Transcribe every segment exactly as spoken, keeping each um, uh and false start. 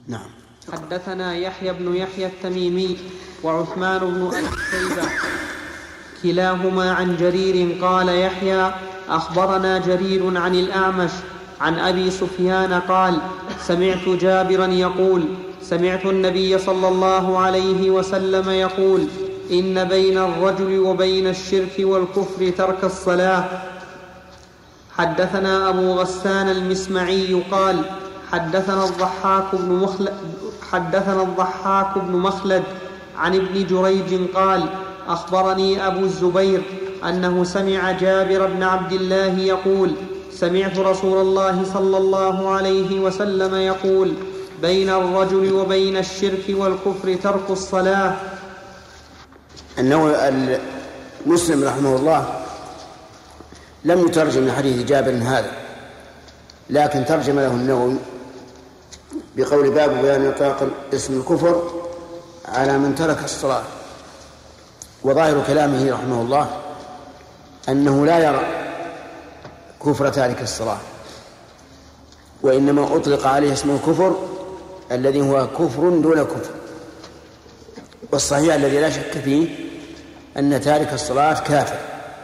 نعم. حدثنا يحيى بن يحيى التميمي وعثمان بن أبي شيبة كلاهما عن جرير قال يحيى أخبرنا جرير عن الأعمش عن أبي سفيان قال سمعت جابرا يقول سمعت النبي صلى الله عليه وسلم يقول إن بين الرجل وبين الشرك والكفر ترك الصلاة. حدثنا أبو غسان المسمعي قال حدثنا الضحاك بن مخلد, حدثنا الضحاك بن مخلد عن ابن جريج قال أخبرني أبو الزبير أنه سمع جابر بن عبد الله يقول سمعت رسول الله صلى الله عليه وسلم يقول بين الرجل وبين الشرك والكفر ترك الصلاة. أنه المسلم رحمه الله لم يترجم من حديث جابر هذا، لكن ترجم له النووي بقول باب بيان إطلاق اسم الكفر على من ترك الصلاة. وظاهر كلامه رحمه الله أنه لا يرى كفر تارك الصلاة، وإنما أطلق عليه اسم الكفر الذي هو كفر دون كفر. والصحيح الذي لا شك فيه أن تارك الصلاة كافر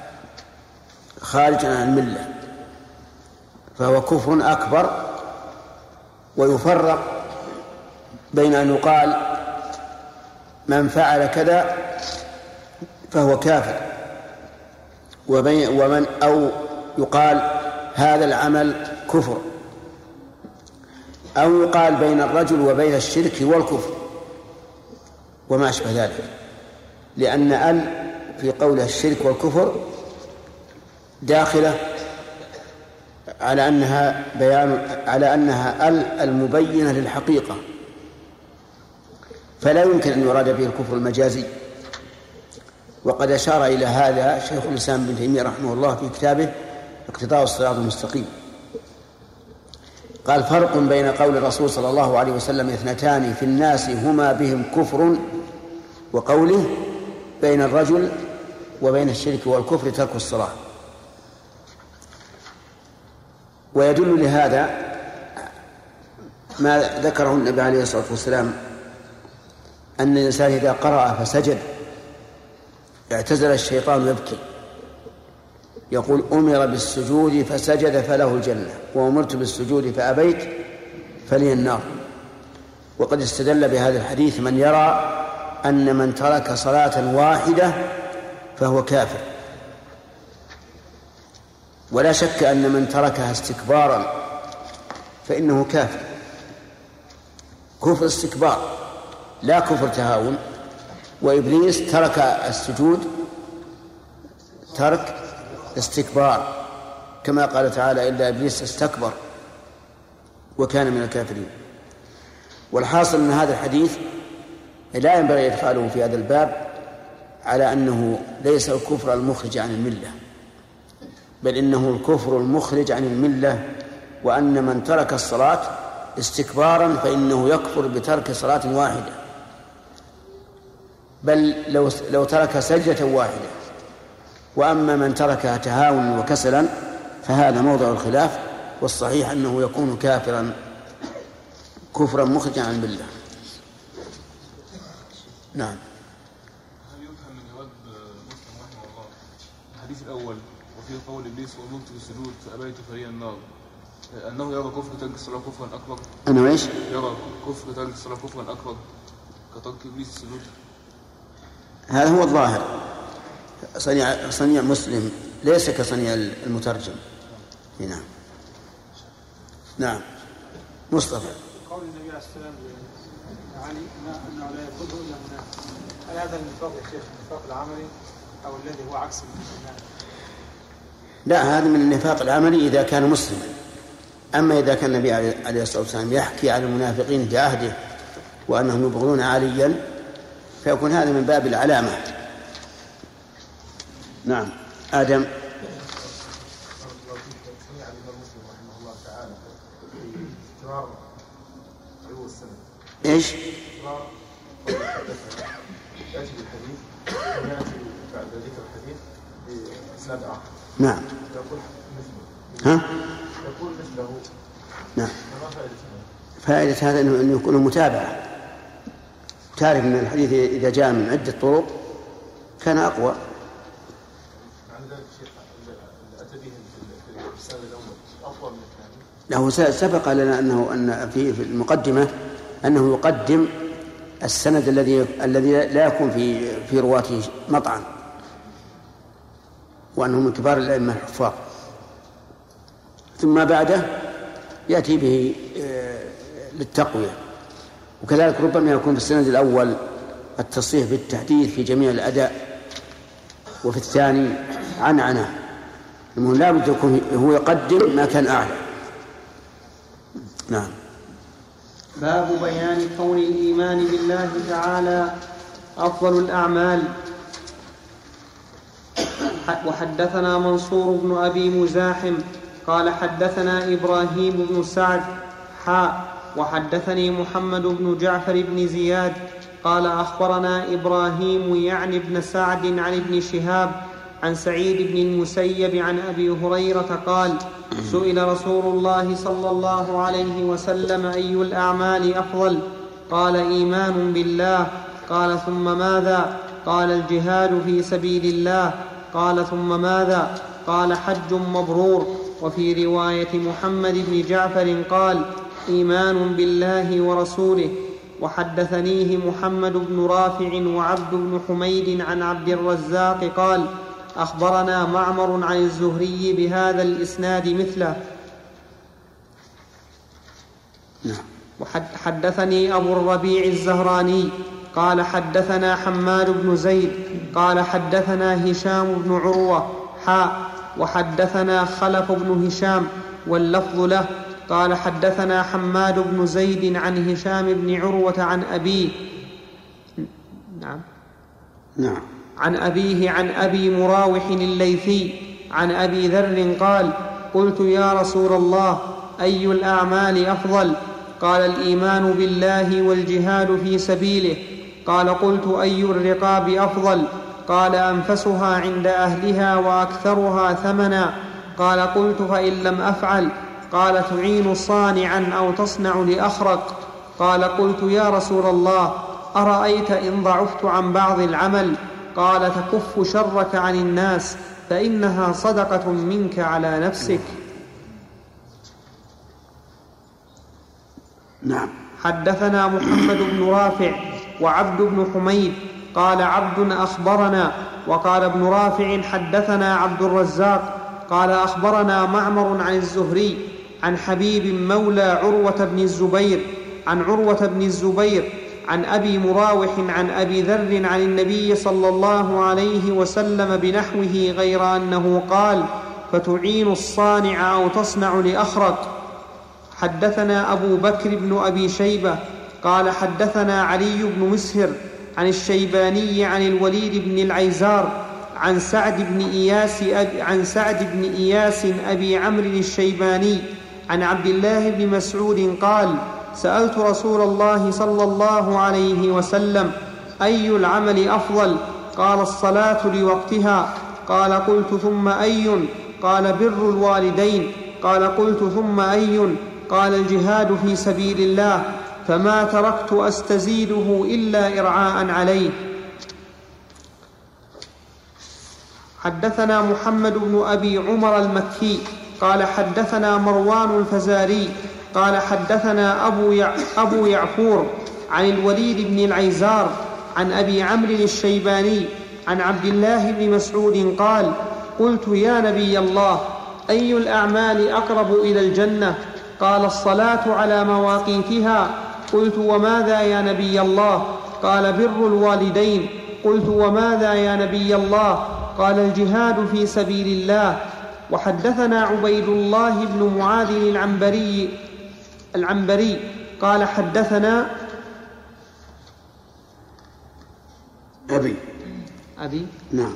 خارج عن الملة، فهو كفر أكبر. ويفرق بين أن يقال من فعل كذا فهو كافر، ومن أو يقال هذا العمل كفر، أو يقال بين الرجل وبين الشرك والكفر وما أشبه ذلك، لأن أل في قوله الشرك والكفر داخلة على أنها بيان على أنها ال المبينة للحقيقة، فلا يمكن أن يراد به الكفر المجازي. وقد أشار إلى هذا شيخ الإسلام ابن تيمية رحمه الله في كتابه اقتضاء الصراط المستقيم. قال فرق بين قول الرسول صلى الله عليه وسلم اثنتان في الناس هما بهم كفر، وقوله بين الرجل وبين الشرك والكفر ترك الصلاة. ويدل لهذا ما ذكره النبي عليه الصلاة والسلام أن الإنسان إذا قرأ فسجد اعتزل الشيطان يبكي، يقول أمر بالسجود فسجد فله الجنة، وأمرت بالسجود فأبيت فلي النار. وقد استدل بهذا الحديث من يرى أن من ترك صلاة واحدة فهو كافر، ولا شك أن من تركها استكبارا فإنه كافر، كفر استكبار لا كفر تهاون. وإبليس ترك السجود ترك استكبار، كما قال تعالى إلا إبليس استكبر وكان من الكافرين. والحاصل من هذا الحديث لا ينبغي إدخاله في هذا الباب على أنه ليس الكفر المخرج عن الملة، بل إنه الكفر المخرج عن الملة، وأن من ترك الصلاة استكبارا فإنه يكفر بترك صلاة واحدة، بل لو, لو ترك سجدة واحدة. وأما من تركها تهاونا وكسلا فهذا موضع الخلاف، والصحيح أنه يكون كافرا كفرا مخرجا عن الملة. نعم. هل يفهم من جواب مسلم رحمه الله الحديث الأول وفي قول إبليس وأمرت بالسجود فأبيت فلي النار أنه يرى كفر ترك الصلاة كفرا أكبر؟ أنا إيش؟ يرى كفر ترك الصلاة كفرا أكبر كترك إبليس السجود؟ هذا هو الظاهر. صنيع, صنيع مسلم ليس كصنيع المترجم. نعم. نعم. مصطفى. قول النبي عليه السلام علي أنه لا يقوله إلا منافق، هل هذا النفاق يا شيخ النفاق العملي أو الذي هو عكس النفاق؟ لا، هذا من النفاق العملي إذا كان مسلما. أما إذا كان النبي عليه الصلاة والسلام يحكي عن المنافقين في عهده وأنهم يبغضون عليا فيكون هذا من باب العلامة. نعم. آدم. إيش؟ يأتي بالحديث ويأتي بعد ذكر الحديث بإسناد آخر. نعم. يقول مثله. ها؟ يقول مثله. نعم. فما فائدته؟ فائدة هذا أنه يكون متابعة. تعرف أن الحديث إذا جاء من عدة طرق كان أقوى. له سبق لنا أنه أن في المقدمة أنه يقدم السند الذي الذي لا يكون في في رواته مطعن، وأنه من كبار الأئمة الحفاظ، ثم بعده يأتي به للتقوية. وكذلك ربما يكون في السند الأول التصريح بالتحديث في جميع الأداء، وفي الثاني عنعنة. المهم لا بد يكون هو يقدم ما كان أعلى. نعم. باب بيان كون الإيمان بالله تعالى أفضل الأعمال. وحدثنا منصور بن أبي مزاحم قال حدثنا إبراهيم بن سعد حاء وحدثني محمد بن جعفر بن زياد قال أخبرنا إبراهيم يعني ابن سعد عن ابن شهاب عن سعيد بن المسيب عن أبي هريرة قال سئل رسول الله صلى الله عليه وسلم أي الأعمال أفضل؟ قال إيمان بالله. قال ثم ماذا؟ قال الجهاد في سبيل الله. قال ثم ماذا؟ قال حج مبرور. وفي رواية محمد بن جعفر قال إيمان بالله ورسوله. وحدثنيه محمد بن رافع وعبد بن حميد عن عبد الرزاق قال أخبرنا معمر عن الزهري بهذا الإسناد مثله. وحدثني أبو الربيع الزهراني قال حدثنا حماد بن زيد قال حدثنا هشام بن عروة حاء وحدثنا خلف بن هشام واللفظ له قال حدثنا حماد بن زيد عن هشام بن عروة عن أبيه نعم نعم عن أبيه عن أبي مراوح الليثي عن أبي ذر قال قلت يا رسول الله أي الأعمال أفضل؟ قال الإيمان بالله والجهاد في سبيله. قال قلت أي الرقاب أفضل؟ قال أنفسها عند أهلها وأكثرها ثمنا. قال قلت فإن لم أفعل؟ قال تعين صانعا أو تصنع لأخرق. قال قلت يا رسول الله أرأيت إن ضعفت عن بعض العمل؟ قال تكف شرك عن الناس فإنها صدقة منك على نفسك. نعم. حدثنا محمد بن رافع وعبد بن حميد قال عبد أخبرنا وقال ابن رافع حدثنا عبد الرزاق قال أخبرنا معمر عن الزهري عن حبيب مولى عروة بن الزبير عن عروة بن الزبير عن أبي مراوح عن أبي ذر عن النبي صلى الله عليه وسلم بنحوه غير أنه قال فتعين الصانع أو تصنع لأخرق. حدثنا أبو بكر بن أبي شيبة قال حدثنا علي بن مسهر عن الشيباني عن الوليد بن العيزار عن سعد بن إياس أبي عن سعد بن إياس أبي عمرو الشيباني عن عبد الله بن مسعود قال سألت رسول الله صلى الله عليه وسلم أي العمل أفضل؟ قال الصلاة لوقتها. قال قلت ثم أي؟ قال بر الوالدين. قال قلت ثم أي؟ قال الجهاد في سبيل الله. فما تركت أستزيده إلا إرعاء عليه. حدثنا محمد بن أبي عمر المكي قال حدثنا مروان الفزاري قال حدثنا أبو, يع... أبو يعفور عن الوليد بن العيزار عن أبي عمرو الشيباني عن عبد الله بن مسعود قال قلت يا نبي الله أي الأعمال أقرب إلى الجنة؟ قال الصلاة على مواقيتها. قلت وماذا يا نبي الله؟ قال بر الوالدين. قلت وماذا يا نبي الله؟ قال الجهاد في سبيل الله. وحدثنا عبيد الله بن معاذ العنبري العنبري قال حدثنا أبي أبي نعم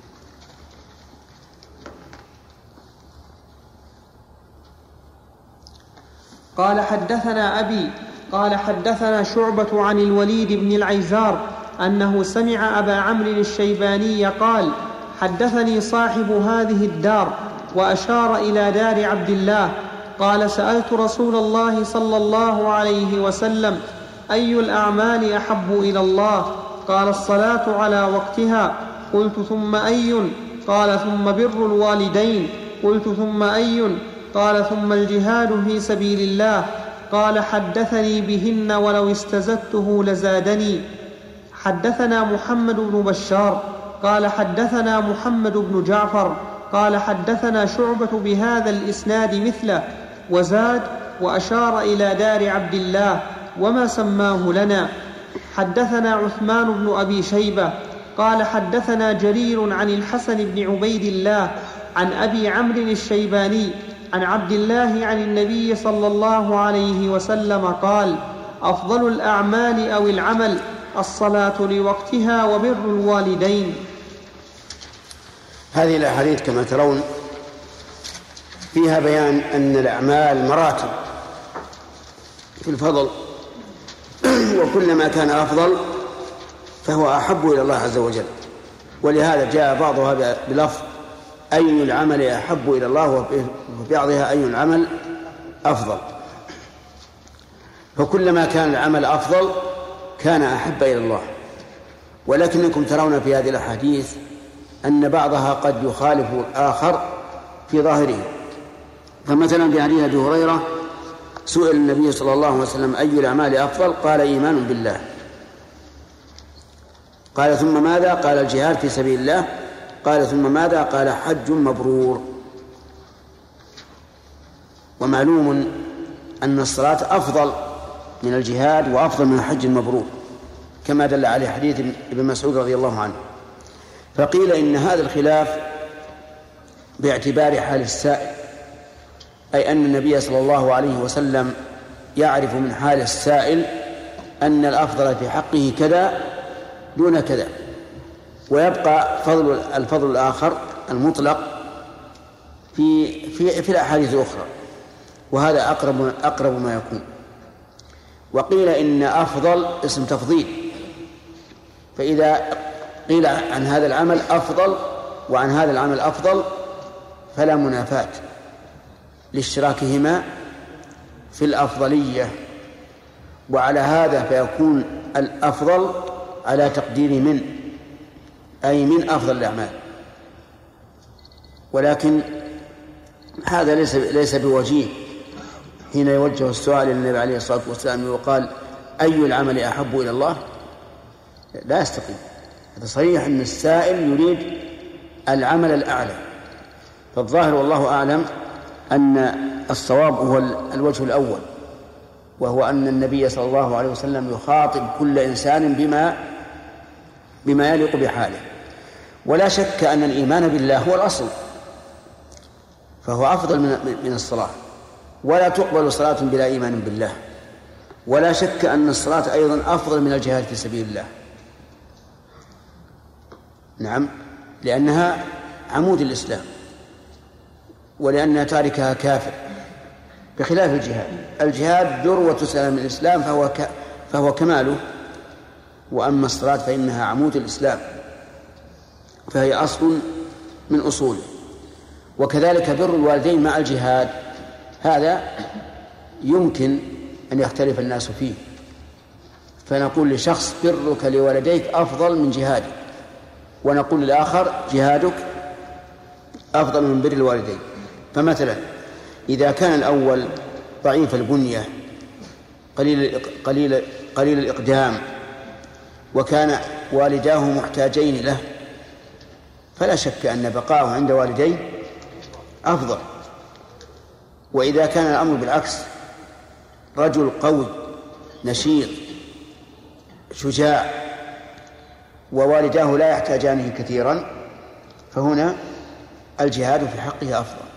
قال حدثنا أبي قال حدثنا شعبة عن الوليد بن العيزار أنه سمع أبا عمرو الشيباني قال حدثني صاحب هذه الدار وأشار إلى دار عبد الله قال سألت رسول الله صلى الله عليه وسلم أي الأعمال أحب إلى الله؟ قال الصلاة على وقتها. قلت ثم أي؟ قال ثم بر الوالدين. قلت ثم أي؟ قال ثم الجهاد في سبيل الله. قال حدثني بهن ولو استزدته لزادني. حدثنا محمد بن بشار قال حدثنا محمد بن جعفر قال حدثنا شعبة بهذا الإسناد مثله وزاد وأشار إلى دار عبد الله وما سماه لنا. حدثنا عثمان بن أبي شيبة قال حدثنا جرير عن الحسن بن عبيد الله عن أبي عمرو الشيباني عن عبد الله عن النبي صلى الله عليه وسلم قال أفضل الأعمال أو العمل الصلاة لوقتها وبر الوالدين. هذه الأحاديث كما ترون فيها بيان أن الأعمال مراتب في الفضل، وكلما كان أفضل فهو أحب إلى الله عز وجل، ولهذا جاء بعضها بلفظ أي العمل أحب إلى الله، وفي بعضها أي العمل أفضل. فكلما كان العمل أفضل كان أحب إلى الله. ولكنكم ترون في هذه الأحاديث أن بعضها قد يخالف الآخر في ظاهره. فمثلا في حديث أبي هريرة سئل النبي صلى الله عليه وسلم أي الأعمال أفضل؟ قال إيمان بالله. قال ثم ماذا؟ قال الجهاد في سبيل الله. قال ثم ماذا؟ قال حج مبرور. ومعلوم أن الصلاة أفضل من الجهاد وأفضل من الحج المبرور كما دل عليه حديث ابن مسعود رضي الله عنه. فقيل إن هذا الخلاف باعتبار حال السائل، أي أن النبي صلى الله عليه وسلم يعرف من حال السائل أن الأفضل في حقه كذا دون كذا، ويبقى فضل الفضل الآخر المطلق في في في الأحاديث الأخرى، وهذا أقرب أقرب ما يكون. وقيل إن أفضل اسم تفضيل، فإذا قيل عن هذا العمل أفضل وعن هذا العمل أفضل فلا منافاة لاشتراكهما في الأفضلية، وعلى هذا فيكون الأفضل على تقدير من، أي من أفضل الأعمال. ولكن هذا ليس ليس بوجيه حين يوجه السؤال للنبي عليه الصلاة والسلام وقال أي العمل أحب إلى الله، لا يستقيم. هذا صحيح أن السائل يريد العمل الأعلى، فالظاهر والله أعلم أن الصواب هو الوجه الأول، وهو أن النبي صلى الله عليه وسلم يخاطب كل إنسان بما بما يليق بحاله. ولا شك أن الإيمان بالله هو الأصل، فهو أفضل من من الصلاة، ولا تقبل صلاة بلا إيمان بالله. ولا شك أن الصلاة أيضا أفضل من الجهاد في سبيل الله، نعم، لأنها عمود الإسلام، ولأن تاركها كافر، بخلاف الجهاد. الجهاد ذروة سلام الإسلام فهو ك... فهو كماله، وأما الصلاة فإنها عمود الإسلام، فهي أصل من أصوله. وكذلك بر الوالدين مع الجهاد، هذا يمكن أن يختلف الناس فيه، فنقول لشخص برك لوالديك أفضل من جهادك، ونقول للآخر جهادك أفضل من بر الوالدين. فمثلا إذا كان الأول ضعيف البنية قليل قليل قليل الإقدام وكان والداه محتاجين له، فلا شك أن بقاءه عند والديه أفضل. وإذا كان الأمر بالعكس، رجل قوي نشيط شجاع ووالداه لا يحتاجانه كثيرا، فهنا الجهاد في حقه أفضل.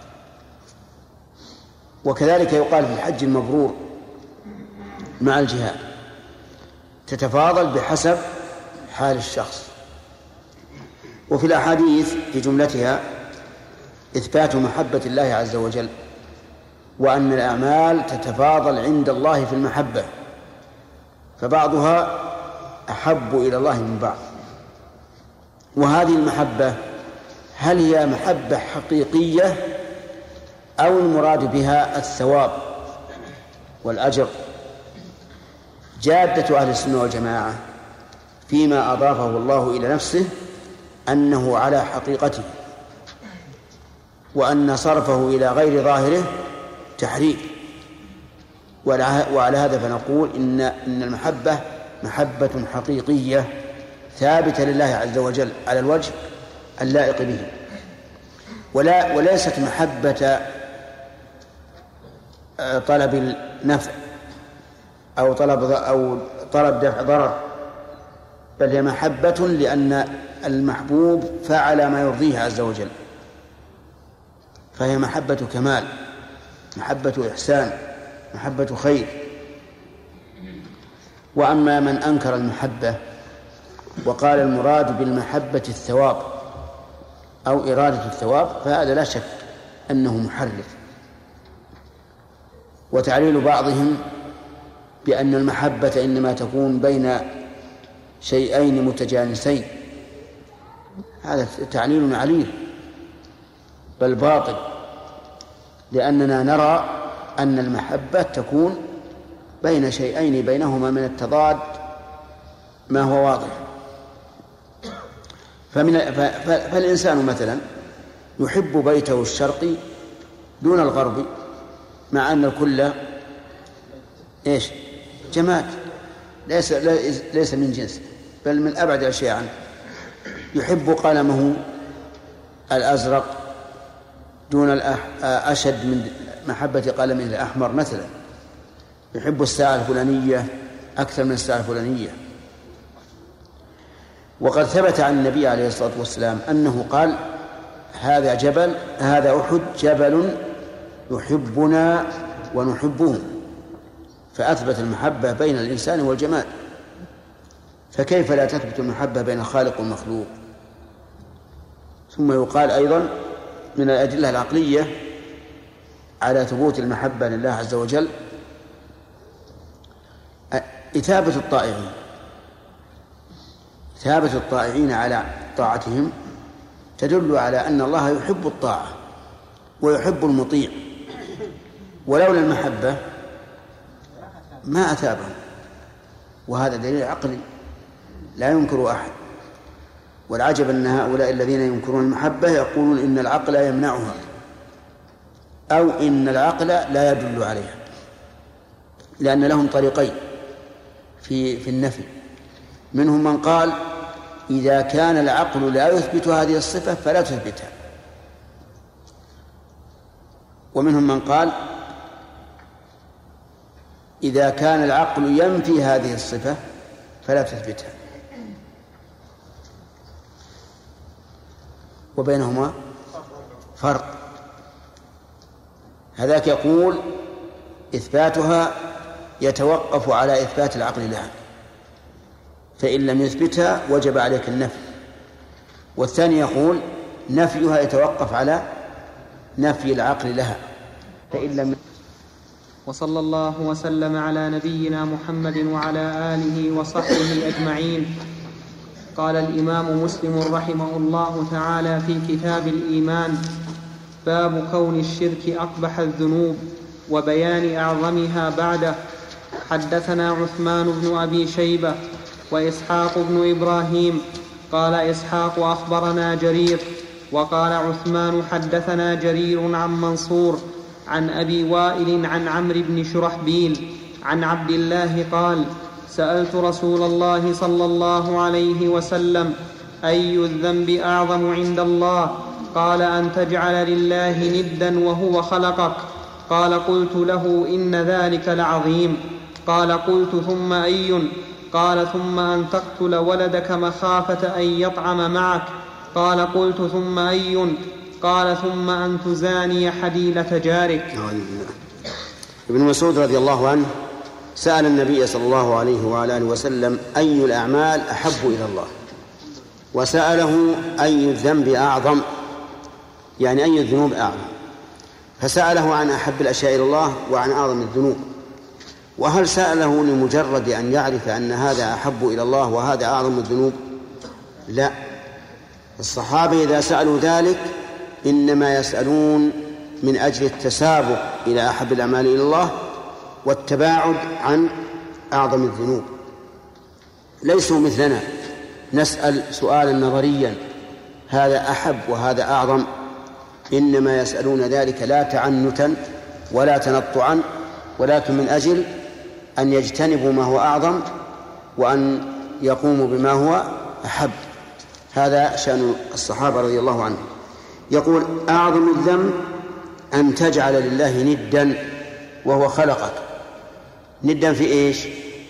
وكذلك يقال في الحج المبرور مع الجهاد، تتفاضل بحسب حال الشخص. وفي الأحاديث في جملتها إثبات محبة الله عز وجل، وأن الأعمال تتفاضل عند الله في المحبة، فبعضها أحب إلى الله من بعض. وهذه المحبة هل هي محبة حقيقية أو المراد بها الثواب والأجر. جادة أهل السنة والجماعة فيما أضافه الله إلى نفسه أنه على حقيقته، وأن صرفه إلى غير ظاهره تحريف. وعلى هذا فنقول إن إن المحبة محبة حقيقية ثابتة لله عز وجل على الوجه اللائق به، ولا وليست محبة طلب النفع أو طلب أو طلب دفع ضرر، بل هي محبة لأن المحبوب فعل ما يرضيه عز وجل، فهي محبة كمال، محبة إحسان، محبة خير. وأما من أنكر المحبة وقال المراد بالمحبة الثواب أو إرادة الثواب فهذا لا شك أنه محرف. وتعليل بعضهم بأن المحبة إنما تكون بين شيئين متجانسين هذا تعليل عليل بل باطل، لأننا نرى أن المحبة تكون بين شيئين بينهما من التضاد ما هو واضح. فمن فالإنسان مثلا يحب بيته الشرقي دون الغربي، مع أن الكل إيش جماد، ليس ليس من جنس بل من أبعد الأشياء عنه. يحب قلمه الأزرق دون الأح... أشد من محبة قلمه الأحمر مثلا. يحب الساعة الفلانية أكثر من الساعة الفلانية. وقد ثبت عن النبي عليه الصلاة والسلام أنه قال هذا جبل هذا أحد جبل يحبنا ونحبه، فأثبت المحبة بين الإنسان والجماد، فكيف لا تثبت المحبة بين الخالق والمخلوق؟ ثم يقال أيضا من الأدلة العقلية على ثبوت المحبة لله عز وجل إثابة الطائعين إثابة الطائعين على طاعتهم تدل على أن الله يحب الطاعة ويحب المطيع، ولولا المحبة ما أثابهم، وهذا دليل عقلي لا ينكر أحد. والعجب أن هؤلاء الذين ينكرون المحبة يقولون إن العقل يمنعها أو إن العقل لا يدل عليها، لأن لهم طريقين في في النفي. منهم من قال إذا كان العقل لا يثبت هذه الصفة فلا تثبتها، ومنهم من قال إذا كان العقل ينفي هذه الصفة فلا تثبتها، وبينهما فرق. هذاك يقول إثباتها يتوقف على إثبات العقل لها، فإن لم يثبتها وجب عليك النفي. والثاني يقول نفيها يتوقف على نفي العقل لها، فإن لم. وصلى الله وسلم على نبينا محمد وعلى آله وصحبه أجمعين. قال الإمام مسلم رحمه الله تعالى في كتاب الإيمان: باب كون الشرك أقبح الذنوب وبيان أعظمها بعده. حدثنا عثمان بن أبي شيبة وإسحاق بن إبراهيم. قال إسحاق أخبرنا جرير، وقال عثمان حدثنا جرير عن منصور عن أبي وائل عن عمرو بن شرحبيل عن عبد الله قال: سألت رسول الله صلى الله عليه وسلم: أي الذنب أعظم عند الله؟ قال: أن تجعل لله ندا وهو خلقك. قال: قلت له: إن ذلك لعظيم. قال: قلت: ثم أي؟ قال: ثم أن تقتل ولدك مخافة أن يطعم معك. قال: قلت: ثم أي؟ قال: ثم أن تزاني حليلة جارك. ابن مسعود رضي الله عنه سأل النبي صلى الله عليه وعلى آله وسلم: أي الأعمال أحب إلى الله؟ وسأله: أي الذنب أعظم؟ يعني أي الذنوب أعظم؟ فسأله عن أحب الأشياء إلى الله وعن أعظم الذنوب. وهل سأله لمجرد أن يعرف أن هذا أحب إلى الله وهذا أعظم الذنوب؟ لا، الصحابة إذا سألوا ذلك إنما يسألون من أجل التسابق إلى أحب الأعمال إلى الله والتباعد عن أعظم الذنوب. ليسوا مثلنا نسأل سؤالا نظريا هذا أحب وهذا أعظم، إنما يسألون ذلك لا تعنتا ولا تنطعا، ولكن من أجل أن يجتنبوا ما هو أعظم وأن يقوموا بما هو أحب. هذا شأن الصحابة رضي الله عنهم. يقول أعظم الذنب أن تجعل لله ندا وهو خلقك. ندا في إيش؟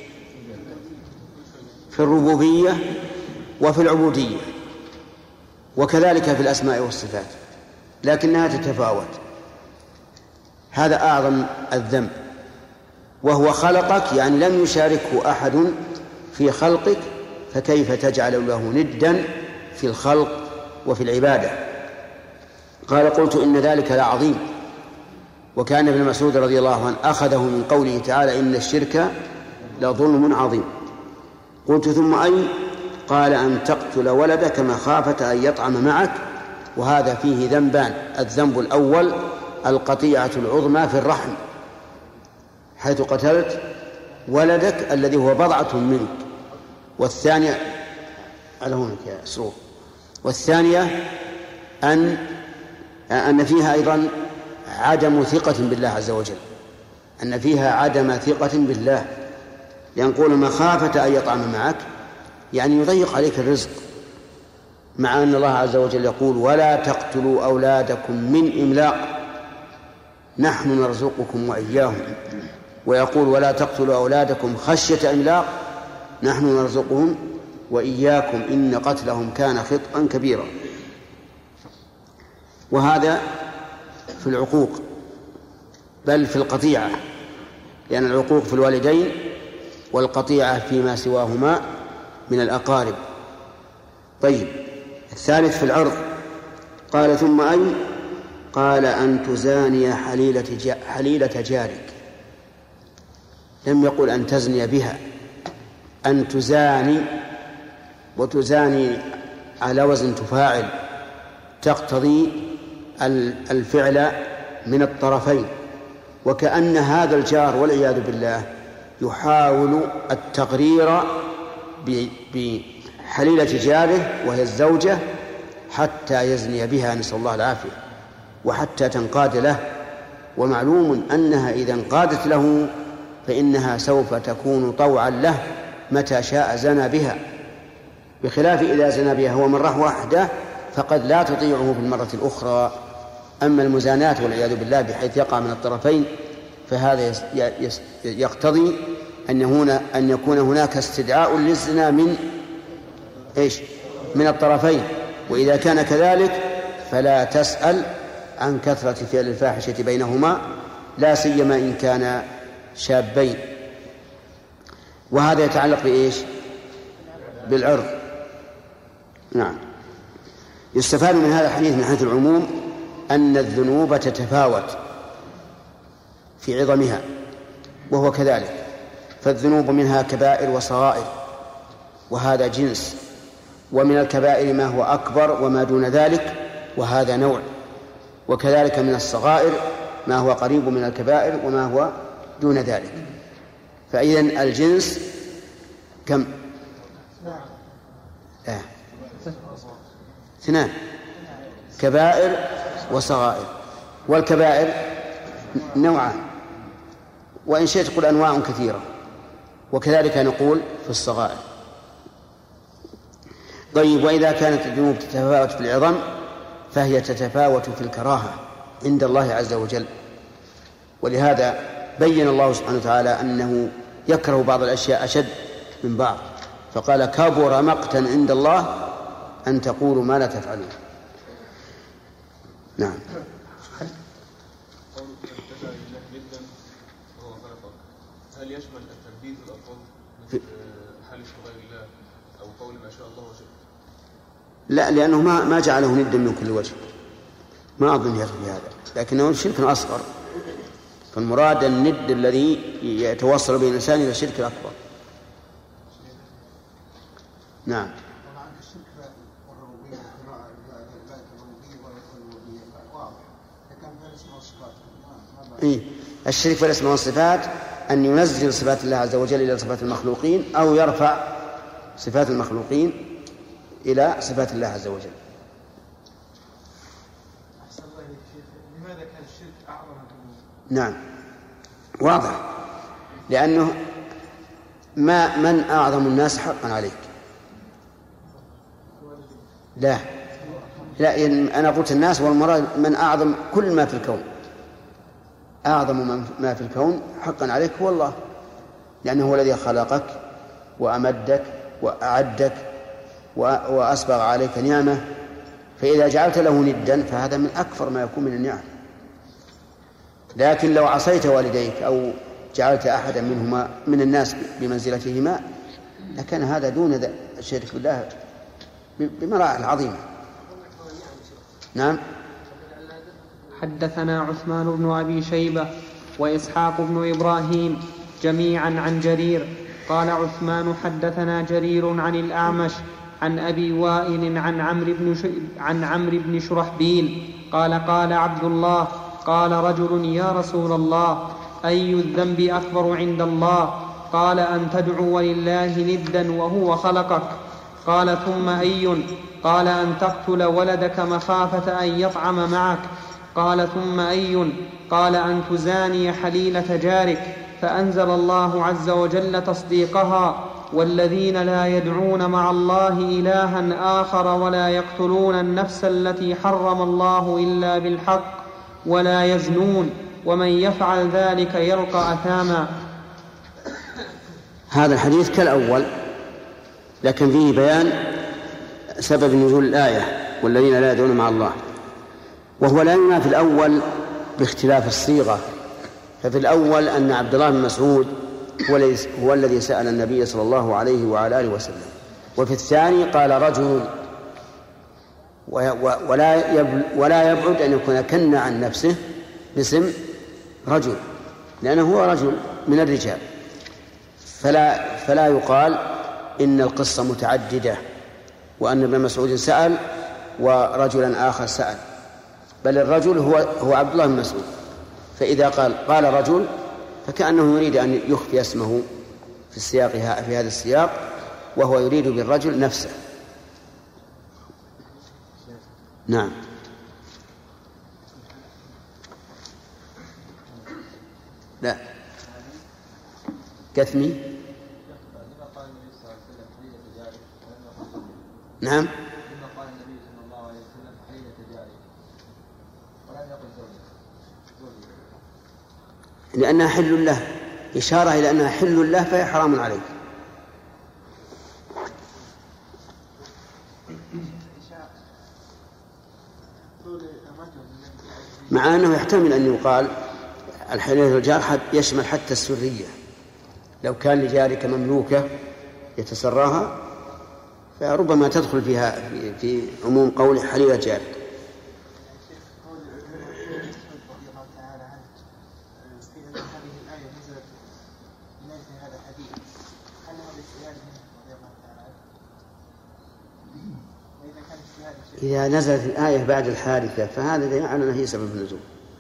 في الربوبية وفي العبودية، وكذلك في الأسماء والصفات، لكنها تتفاوت. هذا أعظم الذنب، وهو خلقك يعني لم يشاركه أحد في خلقك، فكيف تجعل له ندا في الخلق وفي العبادة؟ قال قلت إن ذلك لعظيم. وكان ابن مسعود رضي الله عنه أخذه من قوله تعالى إن الشرك لظلم عظيم. قلت ثم أي؟ قال أن تقتل ولدك مخافة أن يطعم معك، وهذا فيه ذنبان. الذنب الأول القطيعة العظمى في الرحم، حيث قتلت ولدك الذي هو بضعة منك، والثانية على هناك يا سرور، والثانية أن أن فيها أيضا عدم ثقة بالله عز وجل، أن فيها عدم ثقة بالله، ينقول مخافة أن يطعم معك يعني يضيق عليك الرزق، مع أن الله عز وجل يقول ولا تقتلوا أولادكم من إملاق نحن نرزقكم وإياهم، ويقول ولا تقتلوا أولادكم خشية إملاق نحن نرزقهم وإياكم إن قتلهم كان خطأ كبيرا. وهذا في العقوق، بل في القطيعة، لأن العقوق في الوالدين والقطيعة فيما سواهما من الأقارب. طيب الثالث في العرض. قال ثم أي؟ قال أن تزاني حليلة, حليلة جارك. لم يقل أن تزني بها، أن تزاني، وتزاني على وزن تفاعل، تقتضي الفعل من الطرفين، وكأن هذا الجار والعياذ بالله يحاول التغرير بحليلة جاره وهي الزوجة حتى يزني بها، نسأل الله العافية، وحتى تنقاد له. ومعلوم أنها إذا انقادت له فإنها سوف تكون طوعا له متى شاء زنى بها، بخلاف إذا زنى بها هو مرة واحدة فقد لا تطيعه في المرة الأخرى. أما المزانات والعياذ بالله بحيث يقع من الطرفين فهذا يقتضي أن هنا أن يكون هناك استدعاء للزنا من إيش؟ من الطرفين. وإذا كان كذلك فلا تسأل عن كثرة فعل الفاحشة بينهما، لا سيما إن كان شابين. وهذا يتعلق بإيش؟ بالعرض. نعم. يستفاد من هذا الحديث من حيث العموم أن الذنوب تتفاوت في عظمها، وهو كذلك، فالذنوب منها كبائر وصغائر، وهذا جنس، ومن الكبائر ما هو أكبر وما دون ذلك، وهذا نوع، وكذلك من الصغائر ما هو قريب من الكبائر وما هو دون ذلك. فإذن الجنس كم؟ آه. اثنان، كبائر وصغائر، والكبائر نوعان، وإن شئت قل أنواع كثيرة، وكذلك نقول في الصغائر. طيب وإذا كانت الذنوب تتفاوت في العظم فهي تتفاوت في الكراهة عند الله عز وجل، ولهذا بين الله سبحانه وتعالى أنه يكره بعض الأشياء أشد من بعض، فقال كبر مقتا عند الله أن تقولوا ما لا تفعلون. نعم. هل يشمل الترديد والألفاظ مثل حلف بغير الله أو قول ما شاء الله وشئت؟ لا، لأنه ما ما جعله ندا من كل وجه، ما أظن يدخل في هذا، لكنه شرك أصغر، فالمراد الند الذي يتوصل به الإنسان إلى الشرك الأكبر. نعم. إيه؟ الشرك في الأسماء والصفات أن ينزل صفات الله عز وجل إلى صفات المخلوقين أو يرفع صفات المخلوقين إلى صفات الله عز وجل. لماذا كان الشرك أعظم؟ نعم واضح، لأنه ما من أعظم الناس حقا عليك؟ لا لا أنا قلت الناس والمراد من أعظم كل ما في الكون. أعظم ما في الكون حقا عليك هو الله، لأنه هو الذي خلقك وأمدك وأعدك وأسبغ عليك نعمة، فإذا جعلت له ندا فهذا من أكثر ما يكون من النعم. لكن لو عصيت والديك أو جعلت أحدا منهما من الناس بمنزلتهما لكان هذا دون الشرك بالله بمراحل عظيمة. نعم. حدثنا عثمان بن أبي شيبة وإسحاق بن إبراهيم جميعا عن جرير قال عثمان حدثنا جرير عن الأعمش عن أبي وائل عن عمرو بن ش... عن عمرو بن شرحبيل قال قال عبد الله قال رجل يا رسول الله أي الذنب أكبر عند الله؟ قال أن تدعو لله ندا وهو خلقك. قال ثم أي؟ قال أن تقتل ولدك مخافة أن يطعم معك. قال ثم أي؟ قال أن تزاني حليلة جارك. فأنزل الله عز وجل تصديقها والذين لا يدعون مع الله إلها آخر ولا يقتلون النفس التي حرم الله إلا بالحق ولا يزنون ومن يفعل ذلك يلقى أثاما. هذا الحديث كالأول لكن فيه بيان سبب نزول الآية والذين لا يدعون مع الله، وهو لا ينافي الأول باختلاف الصيغة. ففي الأول أن عبد الله بن مسعود هو الذي سأل النبي صلى الله عليه وعلى آله وسلم، وفي الثاني قال رجل، ولا يبعد أن يكون كن عن نفسه باسم رجل لأنه هو رجل من الرجال، فلا, فلا يقال إن القصة متعددة وأن ابن مسعود سأل ورجلا آخر سأل، بل الرجل هو, هو عبد الله بن مسعود. فإذا قال قال رجل فكأنه يريد أن يخفي اسمه في السياق في هذا السياق، وهو يريد بالرجل نفسه. نعم. لا كثمي. نعم. لأنها حل له، إشارة إلى أنها حل له فهي حرام عليه. مع أنه يحتمل أن يقال الحلال الجار يشمل حتى السرية، لو كان لجارك مملوكة يتسراها فربما تدخل فيها في, في عموم قول حليل جارك. إذا نزلت الآية بعد الحادثة فهذا دليل على أنها هي سبب النزول.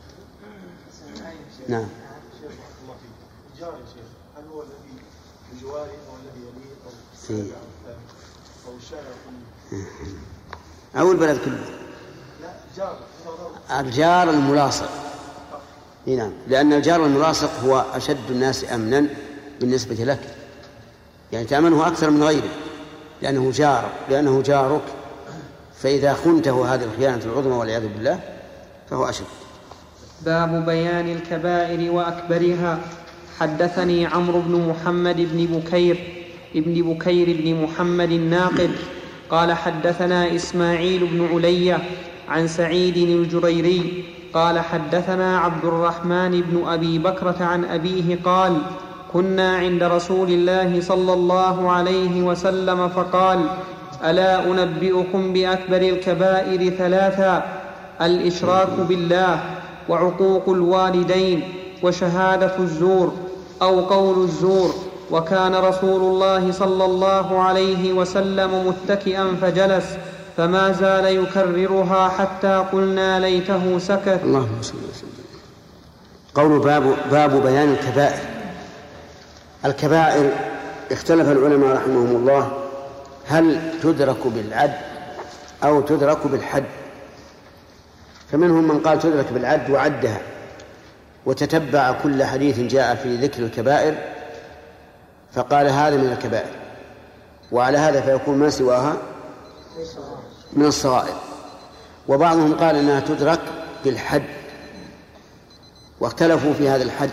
نعم. الجار يا شيخ هل هو الذي بجواره أو الذي يليه أو أو الشارع أو البلد كله؟ لا جار. الجار الملاصق. نعم، لأن الجار الملاصق هو أشد الناس أمنا بالنسبة لك، يعني تأمنه أكثر من غيره لأنه جار لأنه جارك، فإذا خنته هذه الخيانة العظمى والعياذ بالله فهو أشد. باب بيان الكبائر وأكبرها. حدثني عمرو بن محمد بن بكير ابن بكير بن محمد الناقد قال حدثنا إسماعيل بن علية عن سعيد الجريري قال حدثنا عبد الرحمن بن أبي بكرة عن أبيه قال كنا عند رسول الله صلى الله عليه وسلم فقال ألا أنبئكم بأكبر الكبائر ثلاثا: الإشراك بالله وعقوق الوالدين وشهادة الزور أو قول الزور. وكان رسول الله صلى الله عليه وسلم متكئا فجلس فما زال يكررها حتى قلنا ليته سكت. اللهم صل وسلم. قول باب, باب بيان الكبائر. الكبائر اختلف العلماء رحمهم الله هل تدرك بالعد أو تدرك بالحد. فمنهم من قال تدرك بالعد وعدها وتتبع كل حديث جاء في ذكر الكبائر فقال هذا من الكبائر، وعلى هذا فيكون ما سواها من الصغائر. وبعضهم قال إنها تدرك بالحد واختلفوا في هذا الحد،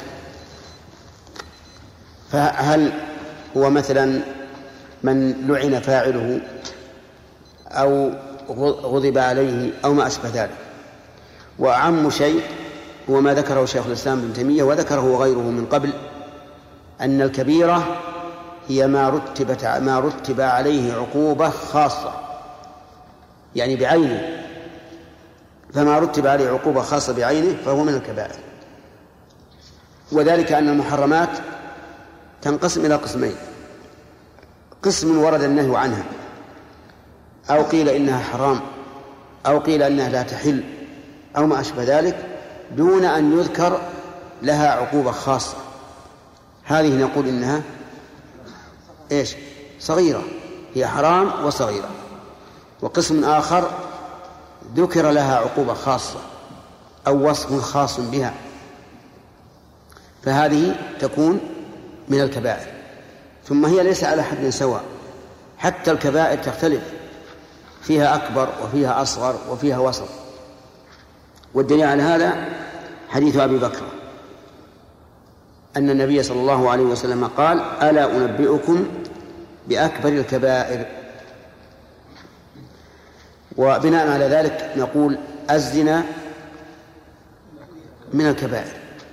فهل هو مثلا من لعن فاعله أو غضب عليه أو ما أشبه ذلك. وأعم شيء هو ما ذكره شيخ الإسلام ابن تيمية وذكره غيره من قبل، أن الكبيرة هي ما رتبت ما رتب عليه عقوبة خاصة يعني بعينه، فما رتب عليه عقوبة خاصة بعينه فهو من الكبائر. وذلك أن المحرمات تنقسم إلى قسمين: قسم ورد النهي عنها أو قيل إنها حرام أو قيل إنها لا تحل أو ما أشبه ذلك دون أن يذكر لها عقوبة خاصة، هذه نقول إنها إيش؟ صغيرة، هي حرام وصغيرة. وقسم آخر ذكر لها عقوبة خاصة أو وصف خاص بها، فهذه تكون من الكبائر. ثم هي ليس على حد سواء، حتى الكبائر تختلف، فيها أكبر وفيها أصغر وفيها وسط. والدليل على هذا حديث أبي بكر أن النبي صلى الله عليه وسلم قال: ألا أنبئكم بأكبر الكبائر. وبناء على ذلك نقول الزنا من الكبائر،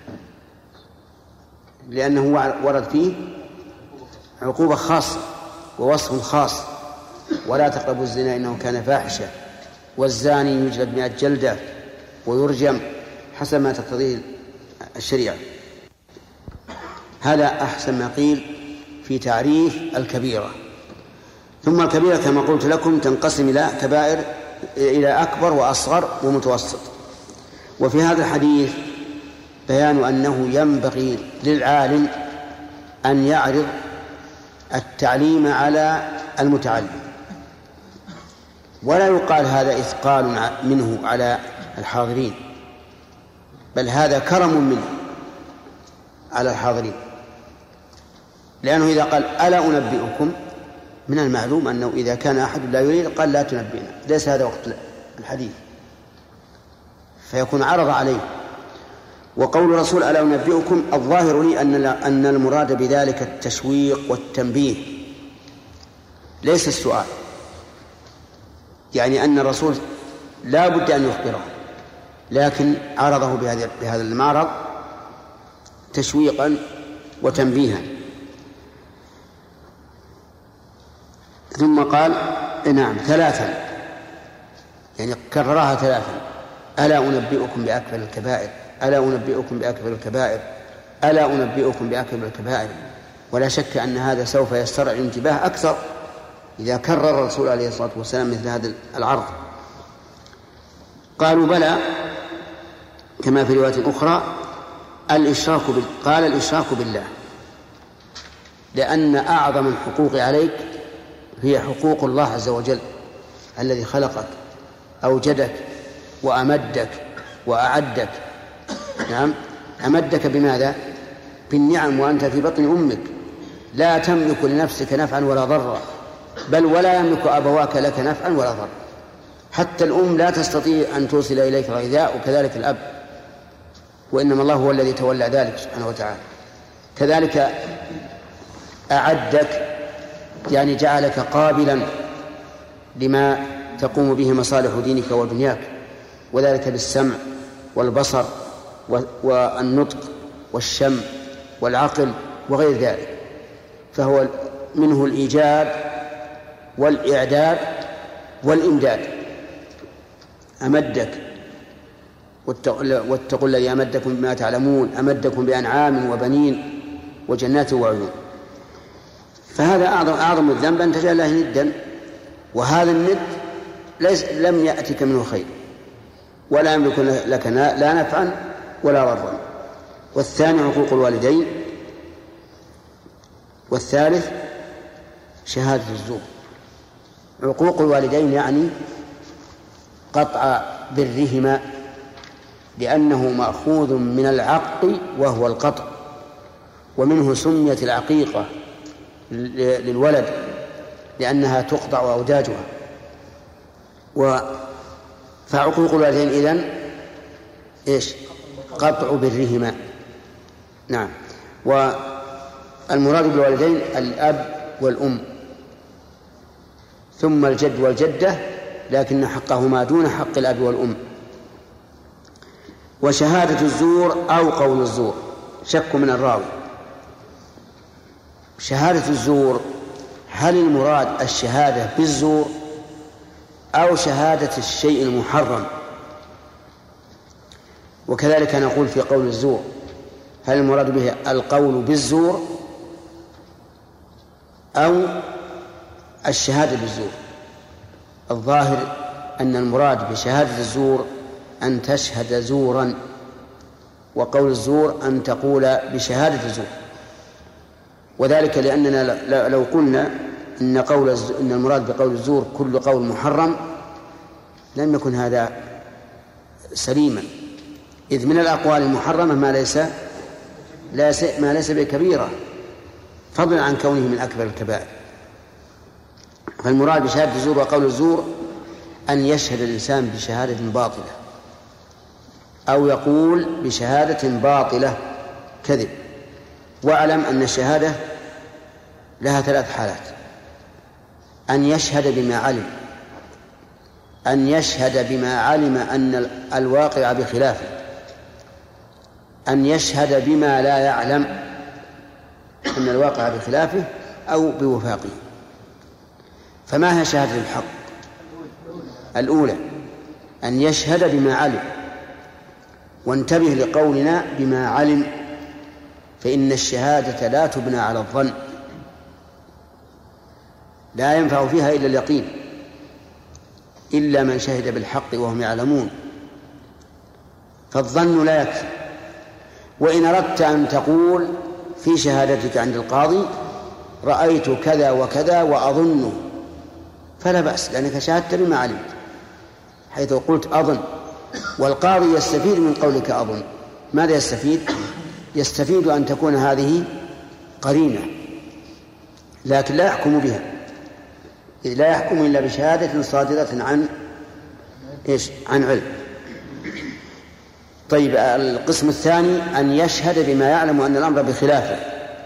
لأنه ورد فيه عقوبة خاصة ووصف خاص: ولا تقربوا الزنا إنه كان فاحشة، والزاني يجلد مئة جلدة ويرجم حسب ما تقتضيه الشريعة. هذا أحسن ما قيل في تعريف الكبيرة. ثم الكبيرة كما قلت لكم تنقسم إلى كبائر إلى أكبر وأصغر ومتوسط. وفي هذا الحديث بيان أنه ينبغي للعالم أن يعرض التعليم على المتعلم، ولا يقال هذا إثقال منه على الحاضرين، بل هذا كرم منه على الحاضرين، لأنه إذا قال ألا أنبئكم من المعلوم أنه إذا كان أحد لا يريد قال لا تنبئنا، ليس هذا وقت الحديث، فيكون عرض عليه. وقول الرسول ألا أنبئكم الظاهر لي أن أن المراد بذلك التشويق والتنبيه ليس السؤال، يعني أن الرسول لا بد أن يخبره، لكن عرضه بهذا المعرض تشويقا وتنبيها. ثم قال نعم ثلاثا، يعني كررها ثلاثا: ألا أنبئكم بأكبر الكبائر، ألا أنبئكم بأكبر الكبائر، ألا أنبئكم بأكبر الكبائر. ولا شك أن هذا سوف يسترعي الانتباه أكثر إذا كرر الرسول عليه الصلاة والسلام مثل هذا العرض. قالوا بلى، كما في رواية أخرى الإشراك بال... قال الإشراك بالله، لأن أعظم الحقوق عليك هي حقوق الله عز وجل الذي خلقك أوجدك وأمدك وأعدك. نعم، أمدك بماذا؟ بالنعم وأنت في بطن أمك، لا تملك لنفسك نفعا ولا ضرا، بل ولا يملك أبواك لك نفعا ولا ضرا. حتى الأم لا تستطيع أن توصل إليك الغذاء، وكذلك الأب، وإنما الله هو الذي تولى ذلك سبحانه وتعالى. كذلك أعدك، يعني جعلك قابلا لما تقوم به مصالح دينك ودنياك، وذلك بالسمع والبصر والنطق والشم والعقل وغير ذلك. فهو منه الإيجاد والإعداد والإمداد. أمدك، واتقوا الذي أمدكم بما تعلمون، أمدكم بأنعام وبنين وجنات وعيون. فهذا أعظم, أعظم الذنب أن تجعل الله ندا، وهذا الند ليس لم يأتك منه خير ولا يملك لك لا نفعا ولا ضرا. والثاني عقوق الوالدين. والثالث شهادة الزور. عقوق الوالدين يعني قطع برهما، لأنه مأخوذ من العق وهو القطع، ومنه سميت العقيقة للولد لأنها تقطع أوداجها. فعقوق الوالدين إذن إيش؟ قطع برهما. نعم. والمراد بالوالدين الأب والأم، ثم الجد والجدة، لكن حقهما دون حق الأب والأم. وشهادة الزور أو قول الزور شك من الراوي. شهادة الزور هل المراد الشهادة بالزور أو شهادة الشيء المحرم؟ وكذلك نقول في قول الزور هل المراد به القول بالزور أو الشهادة بالزور؟ الظاهر أن المراد بشهادة الزور أن تشهد زورا، وقول الزور أن تقول بشهادة الزور. وذلك لأننا لو قلنا إن, قول إن المراد بقول الزور كل قول محرم لم يكن هذا سليما، إذ من الأقوال المحرمة ما ليس ما ليس بكبيرة، فضلا عن كونه من أكبر الكبائر. فالمراد بشهادة الزور وقول الزور أن يشهد الإنسان بشهادة باطلة أو يقول بشهادة باطلة كذب. واعلم أن الشهادة لها ثلاث حالات: أن يشهد بما علم، أن يشهد بما علم أن الواقع بخلافه، أن يشهد بما لا يعلم أن الواقع بخلافه أو بوفاقه. فما هي شهادة الحق؟ الأولى أن يشهد بما علم. وانتبه لقولنا بما علم، فإن الشهادة لا تبنى على الظن، لا ينفع فيها إلا اليقين، إلا من شهد بالحق وهم يعلمون، فالظن لا يكفي. وإن أردت أن تقول في شهادتك عند القاضي رأيت كذا وكذا وأظنه فلا بأس، لأنك شهدت بما علمت، حيث قلت أظن، والقاضي يستفيد من قولك أظن. ماذا يستفيد؟ يستفيد أن تكون هذه قرينة، لكن لا يحكم بها، إذ لا يحكم إلا بشهادة صادرة عن إيش؟ عن علم. طيب، القسم الثاني أن يشهد بما يعلم أن الأمر بخلافه،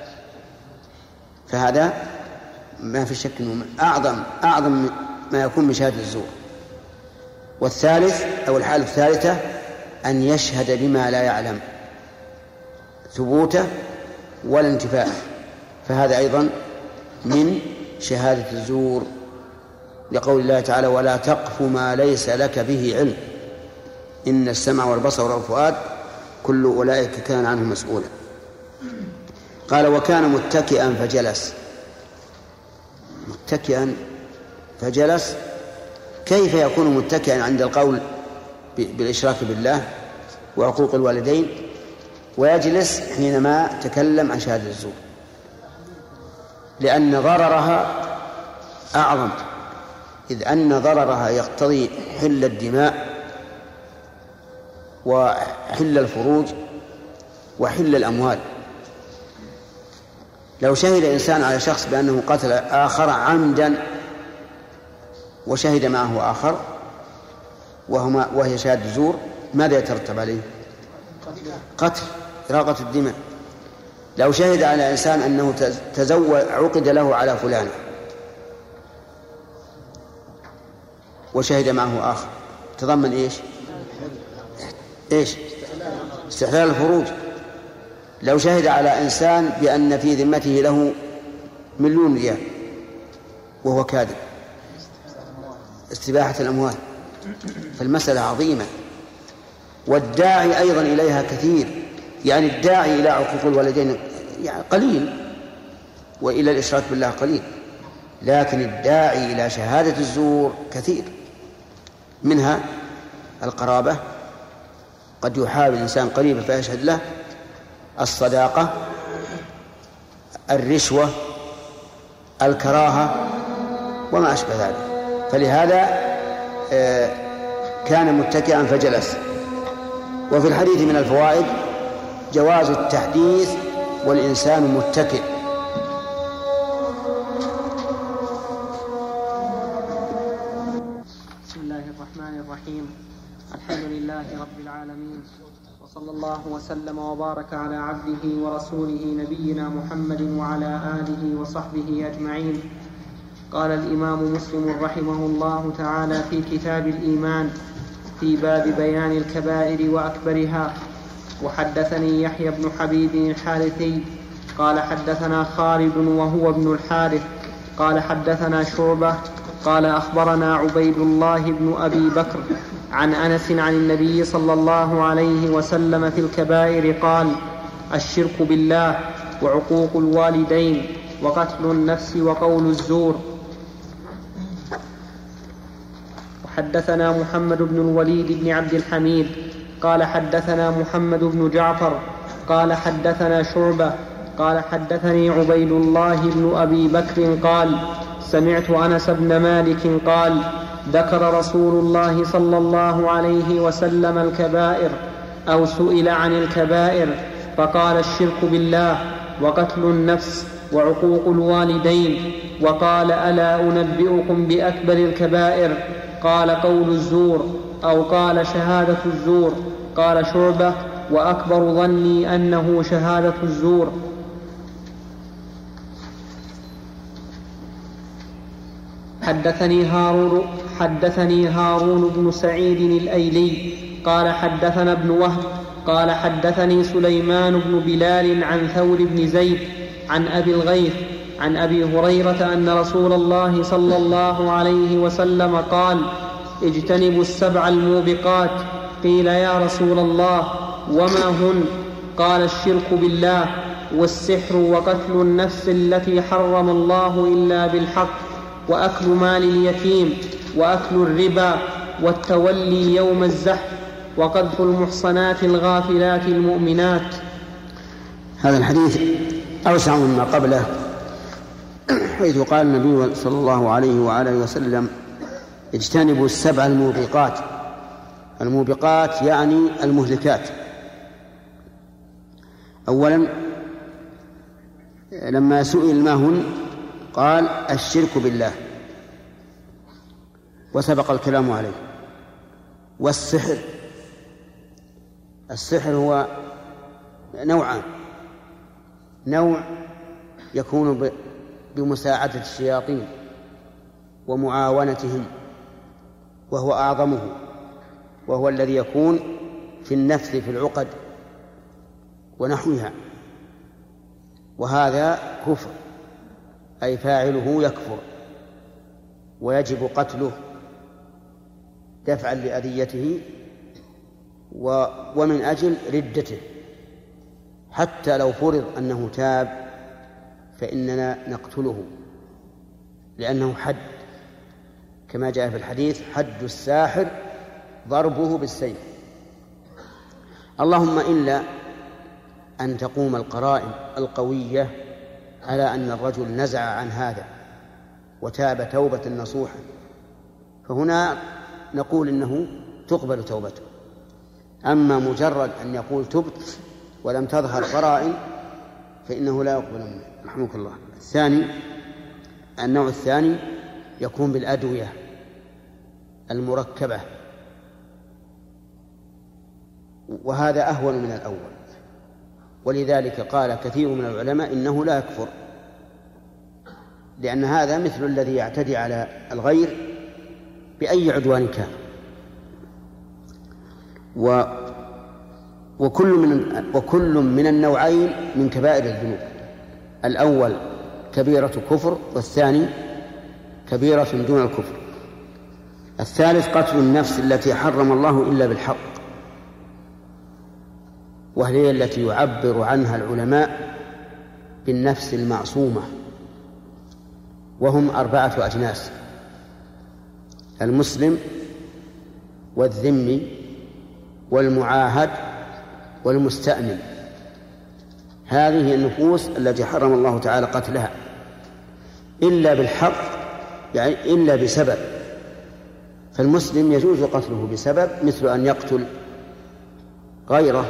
فهذا ما في شك أنه أعظم أعظم ما يكون من شهادة الزور. والثالث أو الحالة الثالثة أن يشهد بما لا يعلم ثبوته ولا انتفاعه، فهذا أيضا من شهادة الزور، لقول الله تعالى: ولا تقف ما ليس لك به علم إن السمع والبصر والفؤاد كل أولئك كان عنه مسؤولا. قال: وكان متكئا فجلس. متكئا فجلس، كيف يكون متكئا عند القول بالإشراك بالله وعقوق الوالدين ويجلس حينما تكلم عن شهادة الزور؟ لأن ضررها أعظم، إذ أن ضررها يقتضي حل الدماء وحل الفروج وحل الأموال. لو شهد إنسان على شخص بأنه قتل آخر عمدا وشهد معه آخر وهما وهي شهادة زور، ماذا يترتب عليه؟ قتل، إراقة الدماء. لو شهد على إنسان أنه تزوج عقد له على فلان وشهد معه آخر، تضمن إيش؟ إيش؟ استحلال الفروج. لو شهد على إنسان بأن في ذمته له مليون ريال وهو كاذب، استباحة الأموال. فالمسألة عظيمة، والداعي أيضا إليها كثير، يعني الداعي إلى عقوق الوالدين يعني قليل، وإلى الإشراك بالله قليل، لكن الداعي إلى شهادة الزور كثير. منها القرابة، قد يحاول الإنسان قريبا فيشهد له، الصداقة، الرشوة، الكراهة وما أشبه ذلك. فلهذا كان متكئا فجلس. وفي الحديث من الفوائد جواز التحديث والإنسان متكئ. بسم الله الرحمن الرحيم. الحمد لله رب العالمين، وصلى الله وسلم وبارك على عبده ورسوله نبينا محمد وعلى آله وصحبه أجمعين. قال الإمام مسلم رحمه الله تعالى في كتاب الإيمان في باب بيان الكبائر وأكبرها: وحدثني يحيى بن حبيب الحارثي قال حدثنا خالد وهو ابن الحارث قال حدثنا شعبة قال أخبرنا عبيد الله بن أبي بكر عن أنس عن النبي صلى الله عليه وسلم في الكبائر قال: الشرك بالله، وعقوق الوالدين، وقتل النفس، وقول الزور. وحدثنا محمد بن الوليد بن عبد الحميد قال حدثنا محمد بن جعفر قال حدثنا شعبة قال حدثني عبيد الله بن أبي بكر قال: سمعت أنس بن مالك قال: ذكر رسول الله صلى الله عليه وسلم الكبائر أو سئل عن الكبائر فقال: الشرك بالله، وقتل النفس، وعقوق الوالدين، وقال: ألا أنبئكم بأكبر الكبائر؟ قال: قول الزور، أو قال: شهادة الزور. قال شعبة: وأكبر ظني أنه شهادة الزور. حدثني هارون حدثني هارون بن سعيد الأيلي قال حدثنا ابن وهب قال حدثني سليمان بن بلال عن ثور بن زيد عن أبي الغيث عن أبي هريرة أن رسول الله صلى الله عليه وسلم قال: اجتنبوا السبع الموبقات. قيل: يا رسول الله وما هن؟ قال: الشرك بالله، والسحر، وقتل النفس التي حرم الله إلا بالحق، وأكل مال اليتيم، وأكل الربا، والتولي يوم الزحف، وقذف المحصنات الغافلات المؤمنات. هذا الحديث أوسع مما قبله، حيث قال النبي صلى الله عليه وعلى وسلم: اجتنبوا السبع الموبقات. الموبقات يعني المهلكات. أولا لما سئل ما هن قال: الشرك بالله، وسبق الكلام عليه. والسحر، السحر هو نوعان: نوع يكون بمساعدة الشياطين ومعاونتهم وهو أعظمه، وهو الذي يكون في النفس في العقد ونحوها، وهذا كفر، أي فاعله يكفر ويجب قتله دفعا لأذيته ومن أجل ردته. حتى لو فرض أنه تاب فإننا نقتله، لأنه حد، كما جاء في الحديث: حد الساحر ضربه بالسيف. اللهم إلا أن تقوم القرائن القوية على أن الرجل نزع عن هذا وتاب توبة نصوحا، فهنا نقول إنه تقبل توبته. أما مجرد أن يقول تبت ولم تظهر قرائن فإنه لا يقبل منه. رحمك الله. الثاني، النوع الثاني يكون بالأدوية المركبة، وهذا أهون من الأول، ولذلك قال كثير من العلماء إنه لا يكفر، لأن هذا مثل الذي يعتدي على الغير بأي عدوان كان. و وكل من وكل من النوعين من كبائر الذنوب. الأول كبيرة كفر، والثاني كبيرة دون الكفر. الثالث قتل النفس التي حرم الله إلا بالحق، وهي التي يعبر عنها العلماء بالنفس المعصومة، وهم أربعة أجناس: المسلم والذمي والمعاهد والمستأمن. هذه النفوس التي حرم الله تعالى قتلها إلا بالحق، يعني إلا بسبب. فالمسلم يجوز قتله بسبب، مثل أن يقتل غيره،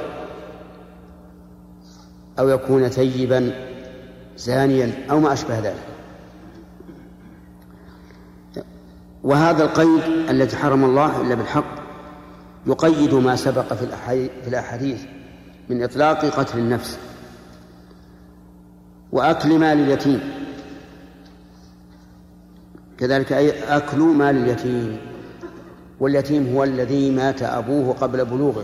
أو يكون ثيبا زانيا أو ما أشبه ذلك. وهذا القيد الذي حرم الله إلا بالحق يقيد ما سبق في الأحاديث من إطلاق قتل النفس وأكل مال اليتيم، كذلك أكل مال اليتيم. واليتيم هو الذي مات أبوه قبل بلوغه،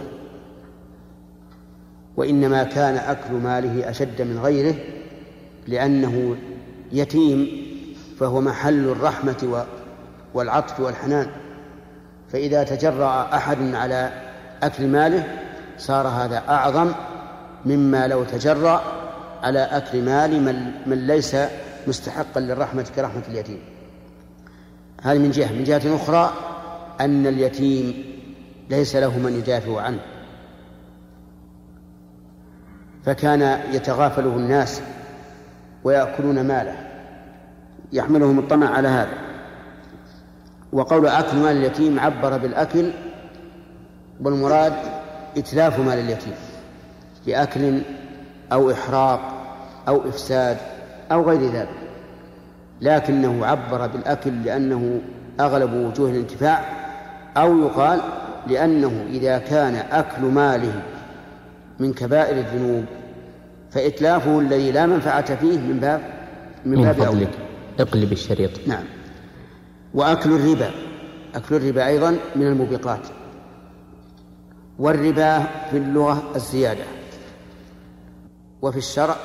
وإنما كان أكل ماله أشد من غيره لأنه يتيم، فهو محل الرحمة والعطف والحنان، فإذا تجرأ أحد على أكل ماله صار هذا أعظم مما لو تجرأ على أكل مال من, من ليس مستحقا للرحمة كرحمة اليتيم. هذه من جهة. من جهة أخرى أن اليتيم ليس له من يدافع عنه، فكان يتغافله الناس ويأكلون ماله، يحملهم الطمع على هذا. وقول أكل مال اليتيم عبر بالأكل، والمراد إتلاف مال اليتيم بأكل أو إحراق أو إفساد أو غير ذلك، لكنه عبر بالأكل لأنه أغلب وجوه الانتفاع، أو يقال لأنه إذا كان أكل ماله من كبائر الذنوب فإتلافه الذي لا منفعة فيه من باب من, من باب فضلك اقلب الشريط. نعم. وأكل الربا، أكل الربا أيضا من الموبقات. والربا في اللغة الزيادة، وفي الشرع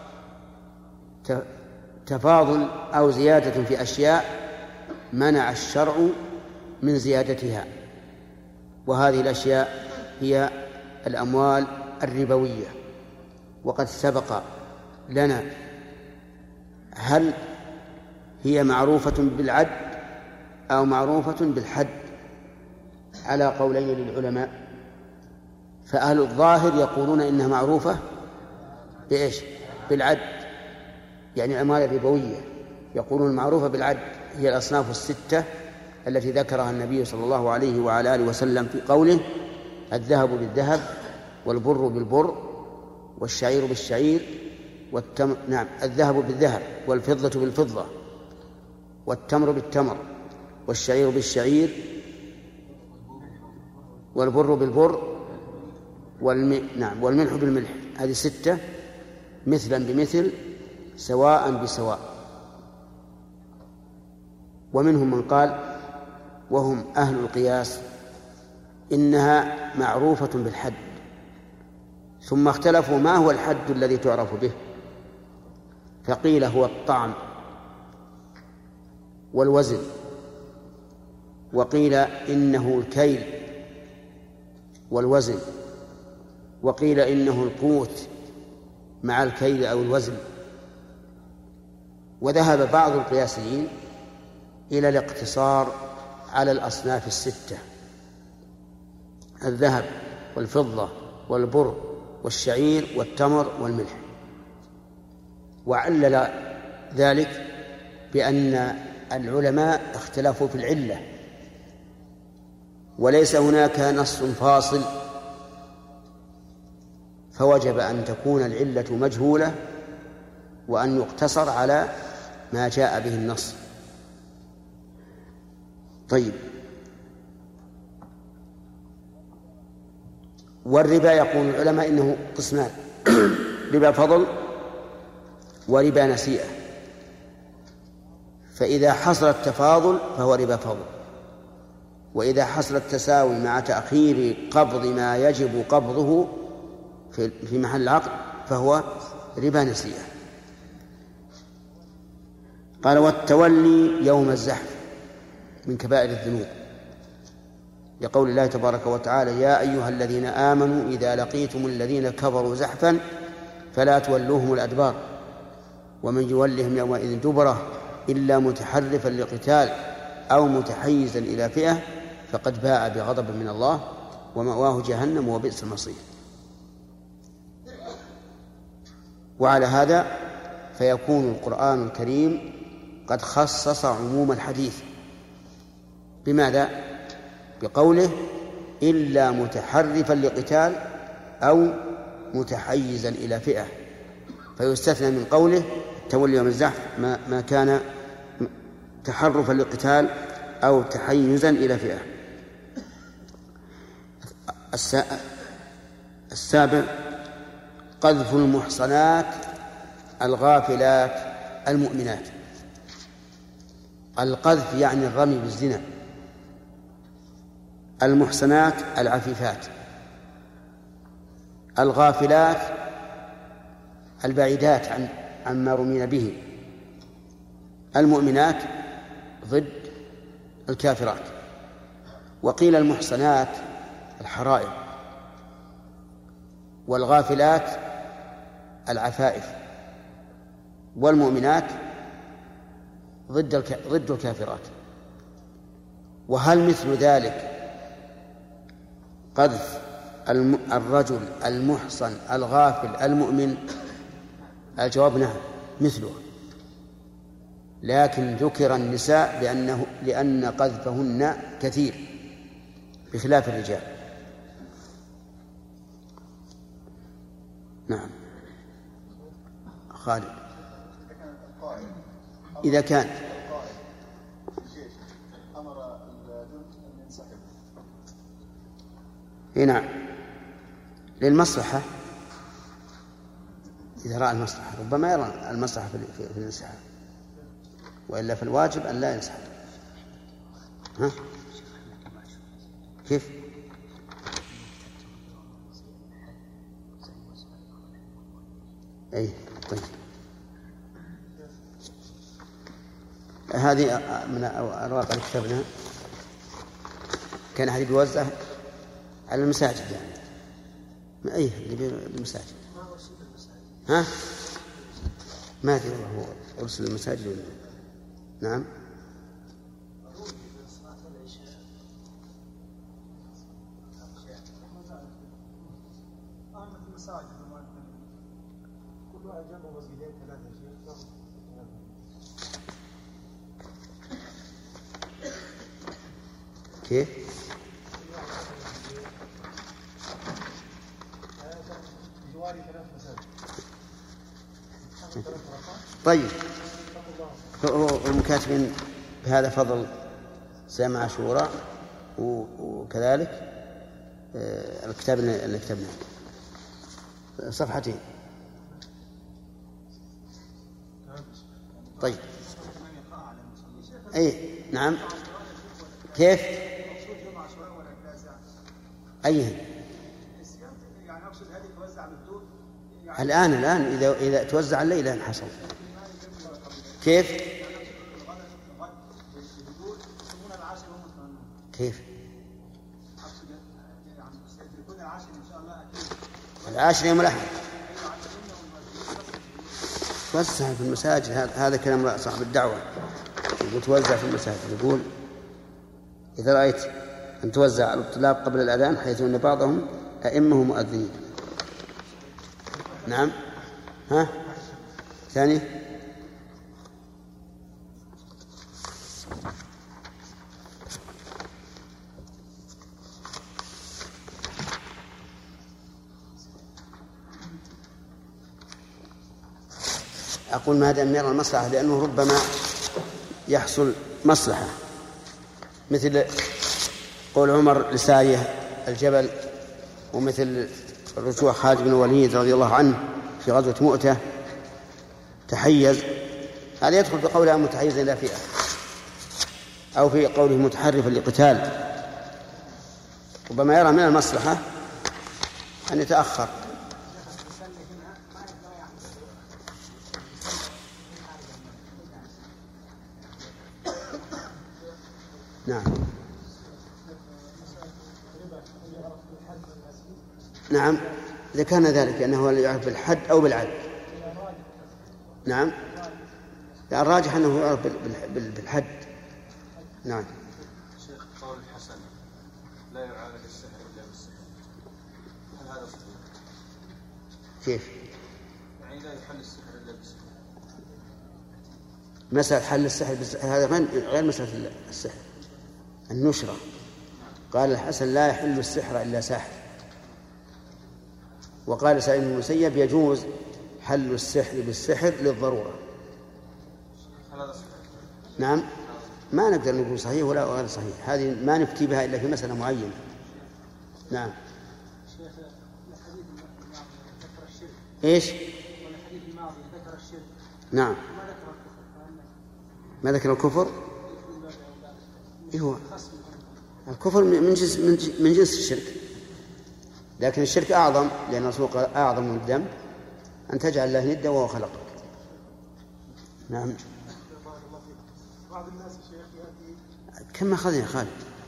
تفاضل أو زيادة في أشياء منع الشرع من زيادتها، وهذه الأشياء هي الأموال الربوية. وقد سبق لنا هل هي معروفة بالعد أو معروفة بالحد على قولين للعلماء. فأهل الظاهر يقولون إنها معروفة بإيش؟ بالعد، يعني الأموال الربوية يقولون معروفة بالعد، هي الأصناف الستة التي ذكرها النبي صلى الله عليه وعلى آله وسلم في قوله: الذهب بالذهب، والبر بالبر، والشعير بالشعير، والتمر نعم الذهب بالذهب، والفضة بالفضة، والتمر بالتمر، والشعير بالشعير، والبر بالبر، والم... نعم والملح بالملح. هذه ستة، مثلا بمثل، سواء بسواء. ومنهم من قال وهم أهل القياس إنها معروفة بالحد، ثم اختلفوا ما هو الحد الذي تعرف به، فقيل هو الطعن والوزن، وقيل إنه الكيل والوزن، وقيل إنه القوت مع الكيل أو الوزن. وذهب بعض القياسيين إلى الاقتصار على الأصناف الستة: الذهب والفضة والبر والشعير والتمر والملح. وعلل ذلك بأن العلماء اختلفوا في العلة، وليس هناك نص فاصل، فوجب أن تكون العلة مجهولة وأن يقتصر على ما جاء به النص. طيب، والربا يقول العلماء إنه قسمان: ربا فضل وربا نسيئة. فإذا حصل التفاضل فهو ربا فضل، وإذا حصل التساوي مع تأخير قبض ما يجب قبضه في محل العقد فهو ربا نسيئة. قال: والتولي يوم الزحف من كبائر الذنوب، لقول الله تبارك وتعالى: يا أيها الذين آمنوا إذا لقيتم الذين كفروا زحفا فلا تولوهم الأدبار ومن يولهم يومئذ دبره إلا متحرفا لقتال أو متحيزا إلى فئة فقد باء بغضب من الله ومأواه جهنم وبئس المصير. وعلى هذا فيكون القرآن الكريم قد خصص عموم الحديث. بماذا؟ بقوله إلا متحرفا لقتال أو متحيزا إلى فئة، فيستثنى من قوله التولي يوم الزحف ما, ما كان تحرفا لقتال أو تحيزا إلى فئة. السابع قذف المحصنات الغافلات المؤمنات. القذف يعني الرمي بالزنا. المحصنات العفيفات، الغافلات البعيدات عن عما رمين به، المؤمنات ضد الكافرات. وقيل المحصنات الحرائر، والغافلات العفائف، والمؤمنات ضد ضد الكافرات. وهل مثل ذلك قذف الرجل المحصن الغافل المؤمن؟ الجواب نعم مثله، لكن ذكر النساء لأنه لأن قذفهن كثير بخلاف الرجال. نعم خالد. إذا كان أمر الجند أن ينسحب. نعم للمصلحة، إذا رأى المصلحة، ربما يرى المصلحة في الانسحاب، وإلا فالواجب أن لا ينسحب. ها؟ كيف؟ أي طيب. هذه من أوراق اللي كتبناها، كان هذه بيوزع على المساجد يعني. ما أيه اللي بالمساجد؟ ها؟ ما أدري هو أرسل المساجد ولا؟ نعم. كيف؟ طيب المكاتبين بهذا فضل سامع عاشوراء وكذلك الكتاب اللي كتبناه صفحتين. طيب أي نعم. كيف؟ أيهن؟ الآن الآن إذا إذا توزع الليلة حصل. كيف؟ كيف؟ العاشر يوم الأحد توزع في المساجد. هذا كلام صاحب الدعوة، وتوزع في المساجد. يقول إذا رأيت أن توزع على الطلاب قبل الأذان، حيث أن بعضهم أئمة مؤذنين. نعم. ها ثاني. أقول ما دام يرى المصلحة، لأنه ربما يحصل مصلحة، مثل قول عمر لسارية الجبل، ومثل رجوع خالد بن الوليد رضي الله عنه في غزوة مؤتة تحيز. هذا يدخل في قولها متحيز إلى فئة، أو في قوله متحرفا لقتال. ربما يرى من المصلحة أن يتأخر. نعم نعم إذا كان ذلك أنه يعرف بالحد أو بالعدل. نعم الراجح أنه يعرف بالحد. نعم. شيخ قول الحسن لا يعالج السحر إلا بالسحر، هل هذا صحيح؟ كيف؟ يعني لا يحل السحر إلا بالسحر. مسألة حل السحر بالسحر هذا غير مسألة السحر، النشرة. قال الحسن لا يحل السحر إلا ساحر. وقال سعيد بن المسيب يجوز حل السحر بالسحر للضرورة. نعم، ما نقدر نقول صحيح ولا غير صحيح، هذه ما نفتي بها إلا في مسألة معينة. نعم. شيخ الحديث الماضي ذكر الشرك. إيش؟ والحديث الماضي ذكر الشرك. نعم. ما ذكر الكفر؟ إيه هو؟ الكفر من جنس من جنس الشرك، لكن الشرك أعظم، لأن الرسول قال أعظم من الذنب أن تجعل الله ندا وهو خلقك. نعم. بعض الناس شيخ يأتي كم أخذنا خالد؟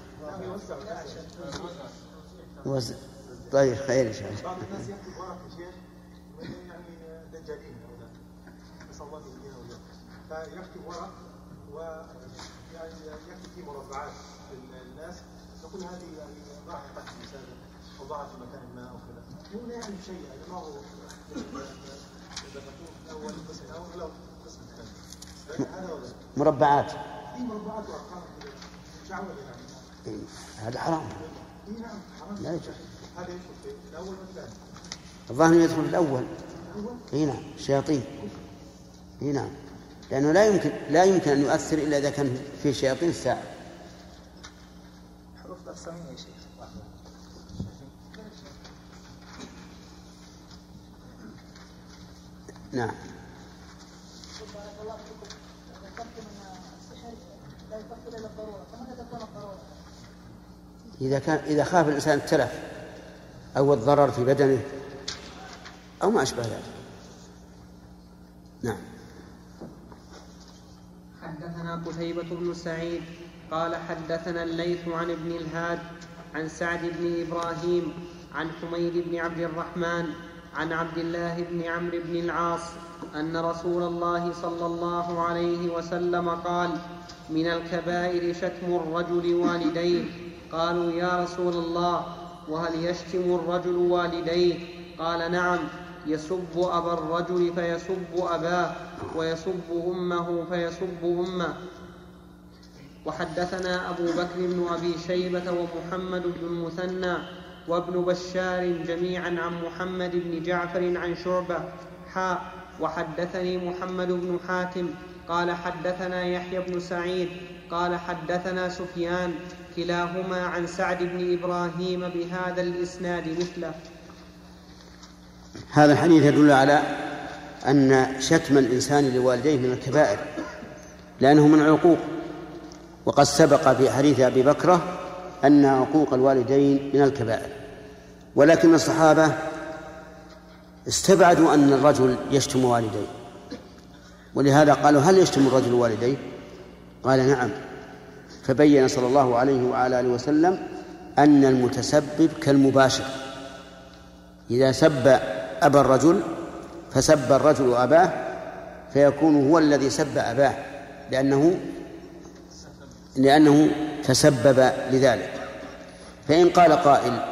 وزن. طيب خير إن شاء الله. بعض الناس يأتي ورق شيخ يعني دجالين أو لا نسأل الله يهدينا وإياكم، فيكتب ورق ويعني يكتب فيه مربعات للناس، يقول هذه يعني ضاعت تحت المساجد أو ضاعت في مكان ما أو كذا، هو لا يعني شيء يعني ما هو إذا تكون أول قسم الأول أو قسم الثاني هذا ولا مربعات. في مربعات وأرقام شعوذة يعني. هذا حرام. إيه نعم حرام. لا يجوز. هذا يدخل في الأول والثاني. الظاهر يدخل في الأول. إيه نعم الشياطين. إيه نعم، لأنه لا يمكن لا يمكن أن يؤثر إلا إذا كان في شياطين الساعة. حروف الأقسامية يا شيخ. نعم. بارك الله فيكم، ذكرتم أن السحر لا يفكر إلا الضرورة، فمتى تكون الضرورة؟ إذا كان إذا خاف الإنسان التلف أو الضرر في بدنه أو ما أشبه ذلك. نعم. حدثنا قتيبة بن سعيد قال حدثنا الليث عن ابن الهاد عن سعد بن إبراهيم عن حميد بن عبد الرحمن عن عبد الله بن عمرو بن العاص أن رسول الله صلى الله عليه وسلم قال: من الكبائر شتم الرجل والديه. قالوا: يا رسول الله، وهل يشتم الرجل والديه؟ قال: نعم، يسب أبا الرجل فيسب أباه، ويسب أمه فيسب أمه. وحدثنا أبو بكر بن أبي شيبة ومحمد بن المثنى وابن بشار جميعا عن محمد بن جعفر عن شعبة حاء. وحدثني محمد بن حاتم قال حدثنا يحيى بن سعيد قال حدثنا سفيان كلاهما عن سعد بن إبراهيم بهذا الإسناد مثله. هذا الحديث يدل على أن شتم الإنسان لوالديه من الكبائر، لأنه من العقوق، وقد سبق في حديث أبي بكرة أن عقوق الوالدين من الكبائر. ولكن الصحابة استبعدوا أن الرجل يشتم والديه، ولهذا قالوا: هل يشتم الرجل والديه؟ قال: نعم. فبين صلى الله عليه وعلى آله وسلم أن المتسبب كالمباشر، إذا سب أبا الرجل فسب الرجل أباه فيكون هو الذي سب أباه، لأنه لأنه تسبب لذلك. فإن قال قائل: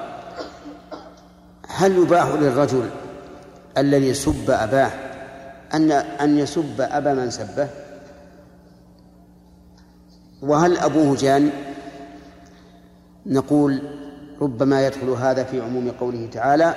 هل يباح للرجل الذي يسب أباه أن أن يسب أبا من سبه؟ وهل أبوه جان؟ نقول: ربما يدخل هذا في عموم قوله تعالى: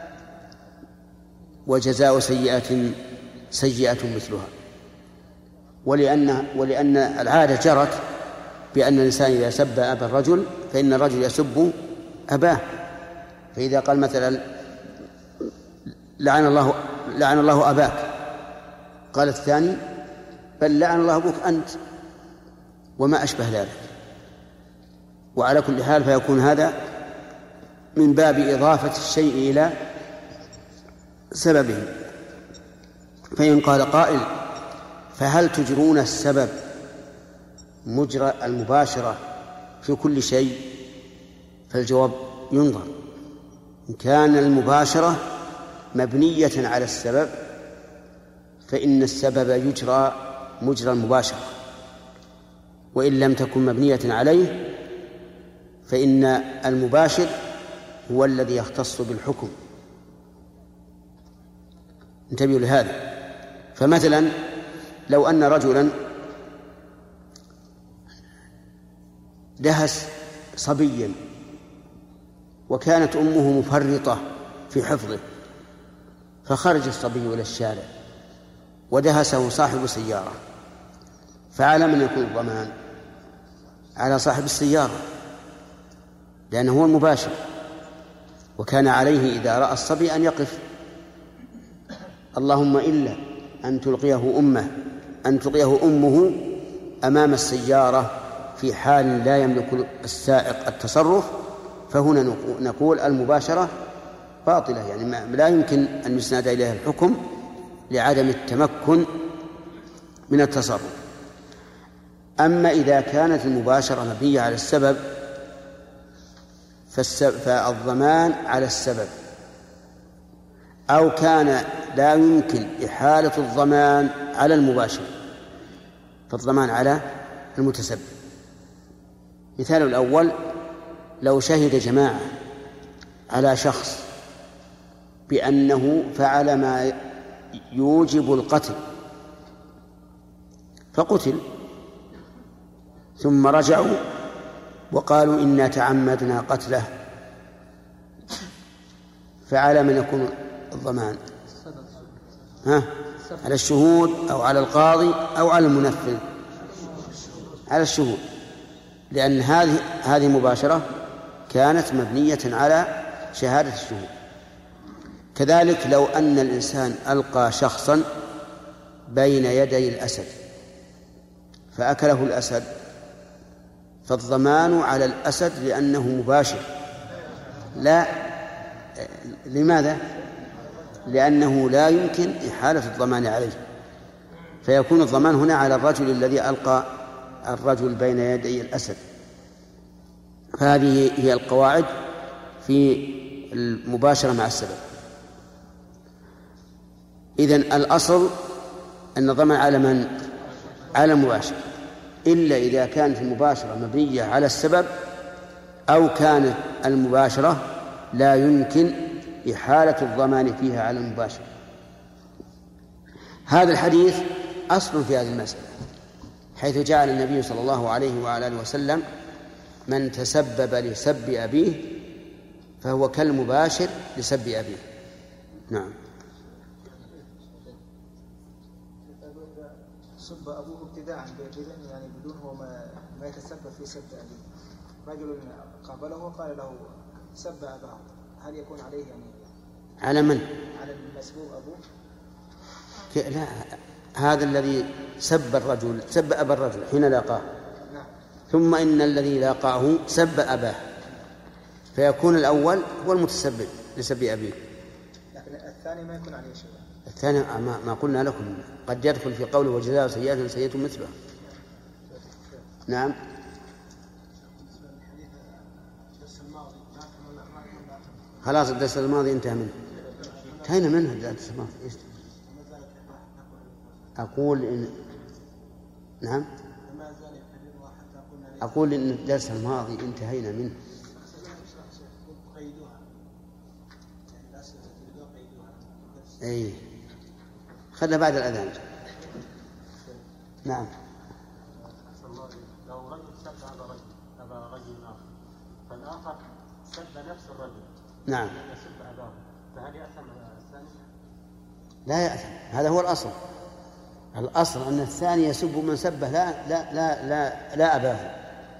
وجزاء سيئة سيئة مثلها. ولأن ولأن العادة جرت بأن الإنسان إذا سب أبا الرجل فإن الرجل يسب أباه. فإذا قال مثلا: لعن الله لعن الله أباك، قال الثاني: بل لعن الله أبوك أنت، وما أشبه ذلك. وعلى كل حال فيكون هذا من باب إضافة الشيء إلى سببه. فإن قال قائل: فهل تجرون السبب مجرى المباشرة في كل شيء؟ فالجواب: ينظر. إن كان المباشرة مبنية على السبب فإن السبب يجرى مجرى المباشرة، وإن لم تكن مبنية عليه فإن المباشر هو الذي يختص بالحكم. انتبهوا لهذا. فمثلا لو أن رجلا دهس صبيا وكانت أمه مفرطة في حفظه، فخرج الصبي إلى الشارع ودهسه صاحب سيارة، فعلى من يكون الضمان؟ على صاحب السيارة، لأنه هو المباشر، وكان عليه إذا رأى الصبي أن يقف، اللهم إلا أن تلقيه أمه أن تلقيه أمه أمام السيارة في حال لا يملك السائق التصرف، فهنا نقول المباشرة باطلة، يعني لا يمكن أن يسند إليها الحكم لعدم التمكن من التصرف. أما إذا كانت المباشرة مبنية على السبب فالضمان على السبب، أو كان لا يمكن إحالة الضمان على المباشر فالضمان على المتسبب. مثال الأول: لو شهد جماعة على شخص بأنه فعل ما يوجب القتل فقتل، ثم رجعوا وقالوا إنا تعمدنا قتله، فعلى من يكون الضمان؟ ها؟ على الشهود أو على القاضي أو على المنفذ؟ على الشهود، لأن هذه هذه مباشرة كانت مبنية على شهادة الشهود. كذلك لو أن الإنسان ألقى شخصا بين يدي الأسد فأكله الأسد، فالضمان على الأسد لأنه مباشر. لا، لماذا؟ لأنه لا يمكن إحالة الضمان عليه، فيكون الضمان هنا على الرجل الذي ألقى الرجل بين يدي الأسد. فهذه هي القواعد في المباشرة مع السبب. إذن الأصل أن الضمان على من؟ على المباشر، إلا إذا كانت المباشرة مبنية على السبب أو كانت المباشرة لا يمكن إحالة الضمان فيها على المباشر. هذا الحديث أصل في هذه المسألة، حيث جعل النبي صلى الله عليه وعلى آله وسلم من تسبب لسب أبيه فهو كالمباشر لسب أبيه. نعم. سب أبوه ابتداء بدون يعني بدون هو ما, ما يتسبب في سب أبيه، رجل قابله وقال له سب أباه، هل يكون عليه يعني على من؟ على المسبوب أبوه؟ لا، هذا الذي سب الرجل سب أبا الرجل حين لاقاه، نعم. ثم إن الذي لاقاه سب أباه، فيكون الأول هو المتسبب لسب أبيه، لكن الثاني ما يكون عليه شيء. الثاني ما, ما قلنا لكم قد يدخل في قوله وجزاء سيئة سيئة مثلها. نعم. خلاص الدرس الماضي انتهى منه، انتهينا منه الدرس الماضي. أقول إن نعم أقول إن الدرس الماضي انتهينا منه. أي خلنا بعد الأذان. نعم. لو رجل سب هذا رجل هذا رجل آخر، فالآخر سب نفس الرجل، نعم، يسب أباه، فهل يأثم الثاني؟ لا يأثم، هذا هو الأصل. الأصل أن الثاني يسب من سبه لا لا لا لا, لا أباه.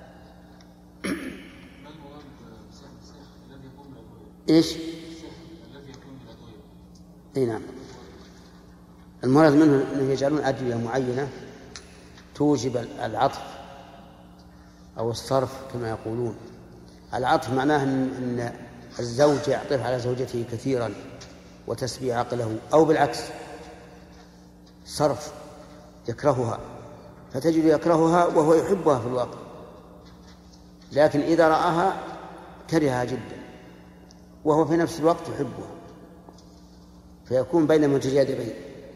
إيش؟ الذي يكون من الأدوية. إيه نعم. المراد منه أنه يجعلون أدوية معينة توجب العطف أو الصرف كما يقولون. العطف معناه أن الزوج يعطف على زوجته كثيرا وتسبي عقله، أو بالعكس صرف يكرهها فتجد يكرهها وهو يحبها في الواقع، لكن إذا رآها كرهها جدا وهو في نفس الوقت يحبها، فيكون بين متجاذبين.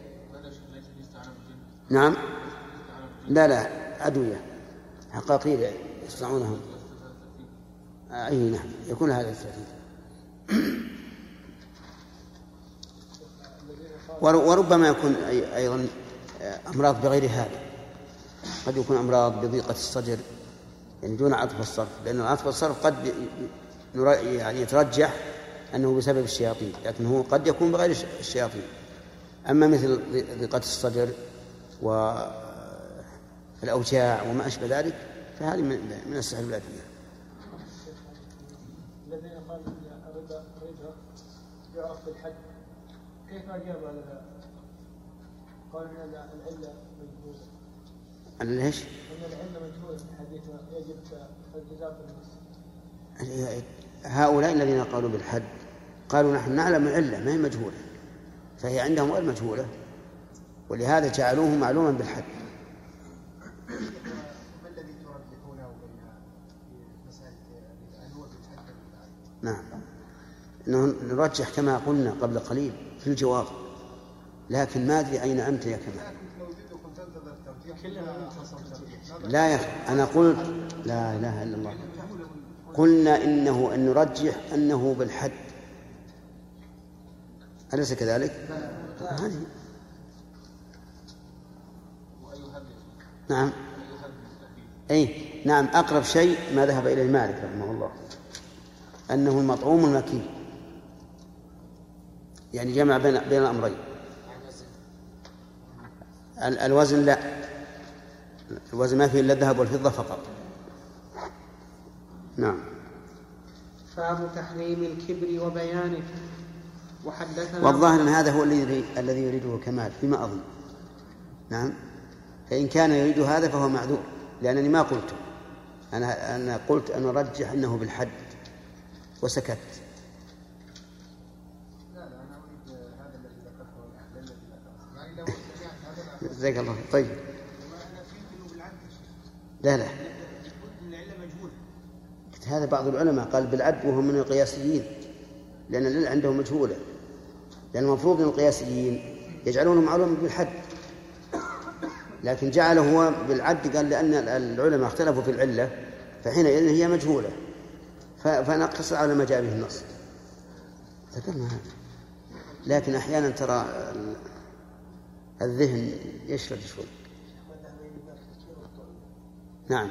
نعم. لا لا أدوية حقاقير يصنعونهم. أي نعم يكون هذا التأثير. وربما يكون أيضا أمراض بغير هذا، قد يكون أمراض بضيقة الصدر يعني دون عطف الصرف، لأن عطف الصرف قد يعني يترجح أنه بسبب الشياطين، لكن هو قد يكون بغير الشياطين. أما مثل ضيقة الصدر والأوجاع وما أشبه ذلك فهذه من السحر والأدوية. الذين قالوا أن الربا يعرف بالحد كيف أجابوا على ذلك؟ قالوا أن العلة مجهولة. أن ليش؟ أن العلة مجهولة في الحديث يجب الجزاء بالنص. هؤلاء الذين قالوا بالحد قالوا نحن نعلم العلة ما هي مجهولة، فهي عندهم غير مجهولة، ولهذا جعلوه معلوما بالحد. ما الذي ترجحونه بين مسألة العنوة بالحد؟ نعم إنه نرجح كما قلنا قبل قليل في الجواب، لكن ما أدري أين أنت يا كمال. لا يا أخي أنا قلت لا إله إلا الله، قلنا إنه أن نرجح أنه بالحد، أليس كذلك؟ هذه نعم أي نعم أقرب شيء ما ذهب إليه مالك رحمه الله أنه المطعوم المكي، يعني جمع بين بين الأمرين. الوزن لا، الوزن ما فيه إلا الذهب والفضة فقط. نعم. باب تحريم الكبر وبيانه. وحدثنا والظاهر أن هذا هو الذي الذي يريده كمال فيما أظن. نعم. فإن كان يريد هذا فهو معذور، لأنني ما قلته، أنا أنا قلت أن أرجح أنه بالحد وسكت. لا لا أنا أريد هذا الذي ذكرته الذي ذكرته يعني لو سمعت هذا جزاك الله طيب. لا لا هذا بعض العلماء قال بالعد وهم من القياسيين، لأن العلة عندهم مجهولة، لأن المفروض أن القياسيين يجعلونه معلوما بالحد، لكن جعله هو بالعد قال لأن العلماء اختلفوا في العلة فحينئذ هي مجهولة، فنقتصر على ما جاء به النص. ذكرنا هذا، لكن أحيانا ترى الذهن يشرد شوي. نعم.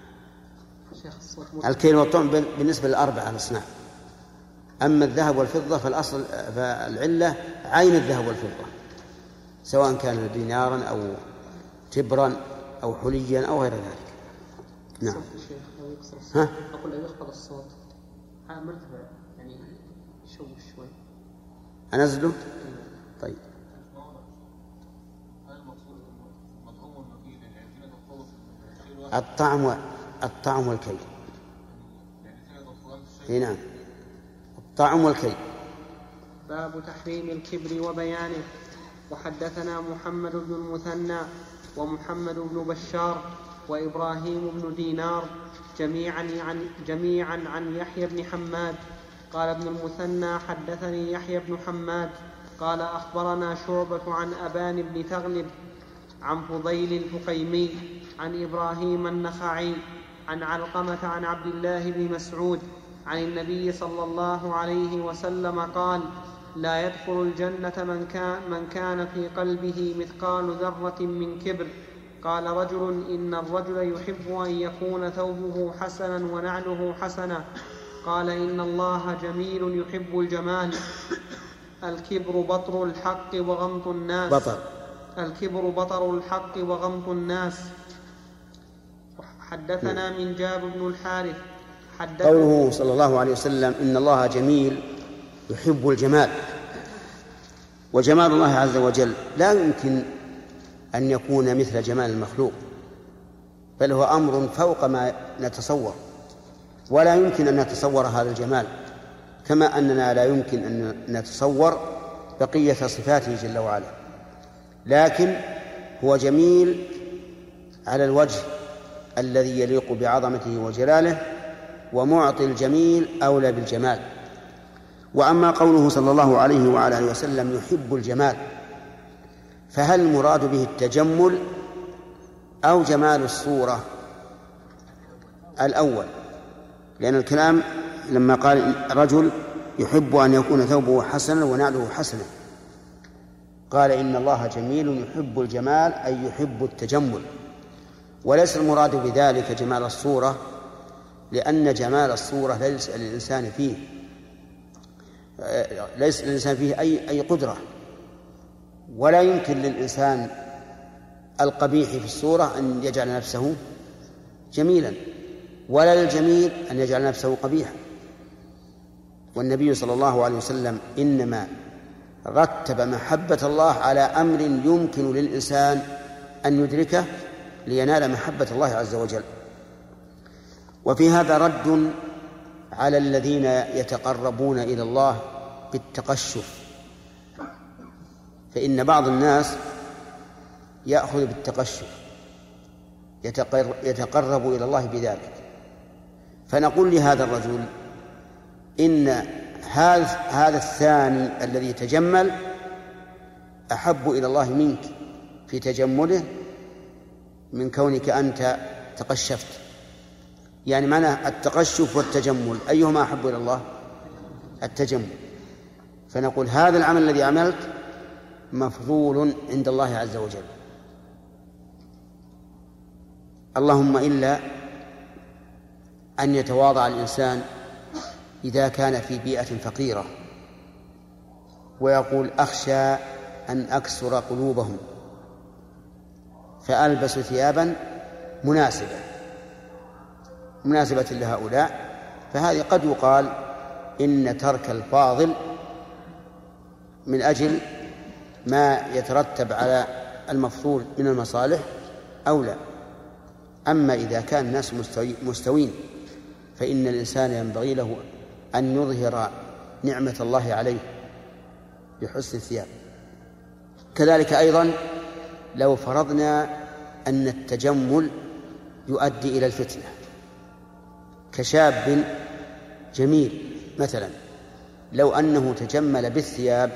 الكيل والطعم بالنسبة للأربعة الأصناف، أما الذهب والفضة فالأصل فالعلة عين الذهب والفضة، سواء كان دينارا أو تبرا أو حليا أو غير ذلك. نعم. ها؟ أقول لو يخفض الصوت هذا مرتفع يعني يشوش شوي. أنزله؟ طيب. الطعم و... الطعم والكيل. نعم. الطعم والكيل. باب تحريم الكبر وبيانه. وحدثنا محمد بن المثنى ومحمد بن بشار وإبراهيم بن دينار جميعا عن جميعا عن يحيى بن حماد قال ابن المثنى حدثني يحيى بن حماد قال أخبرنا شعبة عن أبان بن تغلب عن فضيل الفقيمي عن إبراهيم النخعي عن علقمة عن عبد الله بن مسعود عن النبي صلى الله عليه وسلم قال: لا يدخل الجنة من كان, من كان في قلبه مثقال ذرة من كبر. قال رجل: إن الرجل يحب أن يكون ثوبه حسنا ونعله حسنا. قال: إن الله جميل يحب الجمال. الكبر بطر الحق وغمط الناس. بطر. الكبر بطر الحق وغمط الناس. حدثنا من جاب بن الحارث قوله صلى الله عليه وسلم: إن الله جميل يحب الجمال. وجمال الله عز وجل لا يمكن أن يكون مثل جمال المخلوق، بل هو أمر فوق ما نتصور، ولا يمكن أن نتصور هذا الجمال، كما أننا لا يمكن أن نتصور بقية صفاته جل وعلا، لكن هو جميل على الوجه الذي يليق بعظمته وجلاله، ومعطي الجميل أولى بالجمال. وأما قوله صلى الله عليه وعلى آله وسلم يحب الجمال، فهل المراد به التجمل أو جمال الصورة الأول؟ لأن الكلام لما قال رجل يحب أن يكون ثوبه حسنا ونعله حسنا، قال إن الله جميل يحب الجمال أي يحب التجمل، وليس المراد بذلك جمال الصورة، لأن جمال الصورة ليس للإنسان فيه ليس للإنسان فيه أي أي قدرة، ولا يمكن للإنسان القبيح في الصورة أن يجعل نفسه جميلا، ولا للجميل أن يجعل نفسه قبيحا. والنبي صلى الله عليه وسلم إنما رتب محبة الله على أمر يمكن للإنسان أن يدركه لينال محبة الله عز وجل. وفي هذا رد على الذين يتقربون إلى الله بالتقشف، فإن بعض الناس يأخذ بالتقشف يتقرب إلى الله بذلك، فنقول لهذا الرجل إن هذا الثاني الذي تجمل أحب إلى الله منك في تجمله من كونك أنت تقشفت. يعني معنى التقشف والتجمل أيهما أحب إلى الله؟ التجمل. فنقول هذا العمل الذي عملت مفضول عند الله عز وجل، اللهم إلا أن يتواضع الإنسان إذا كان في بيئة فقيرة ويقول أخشى أن أكسر قلوبهم فألبس ثيابا مناسبة مناسبة لهؤلاء، فهذه قد يقال إن ترك الفاضل من أجل ما يترتب على المفضول من المصالح أولى. أما إذا كان الناس مستوي مستوين فإن الإنسان ينبغي له أن يظهر نعمة الله عليه بحسن الثياب. كذلك أيضا لو فرضنا أن التجمل يؤدي إلى الفتنة، كشاب جميل مثلا لو أنه تجمل بالثياب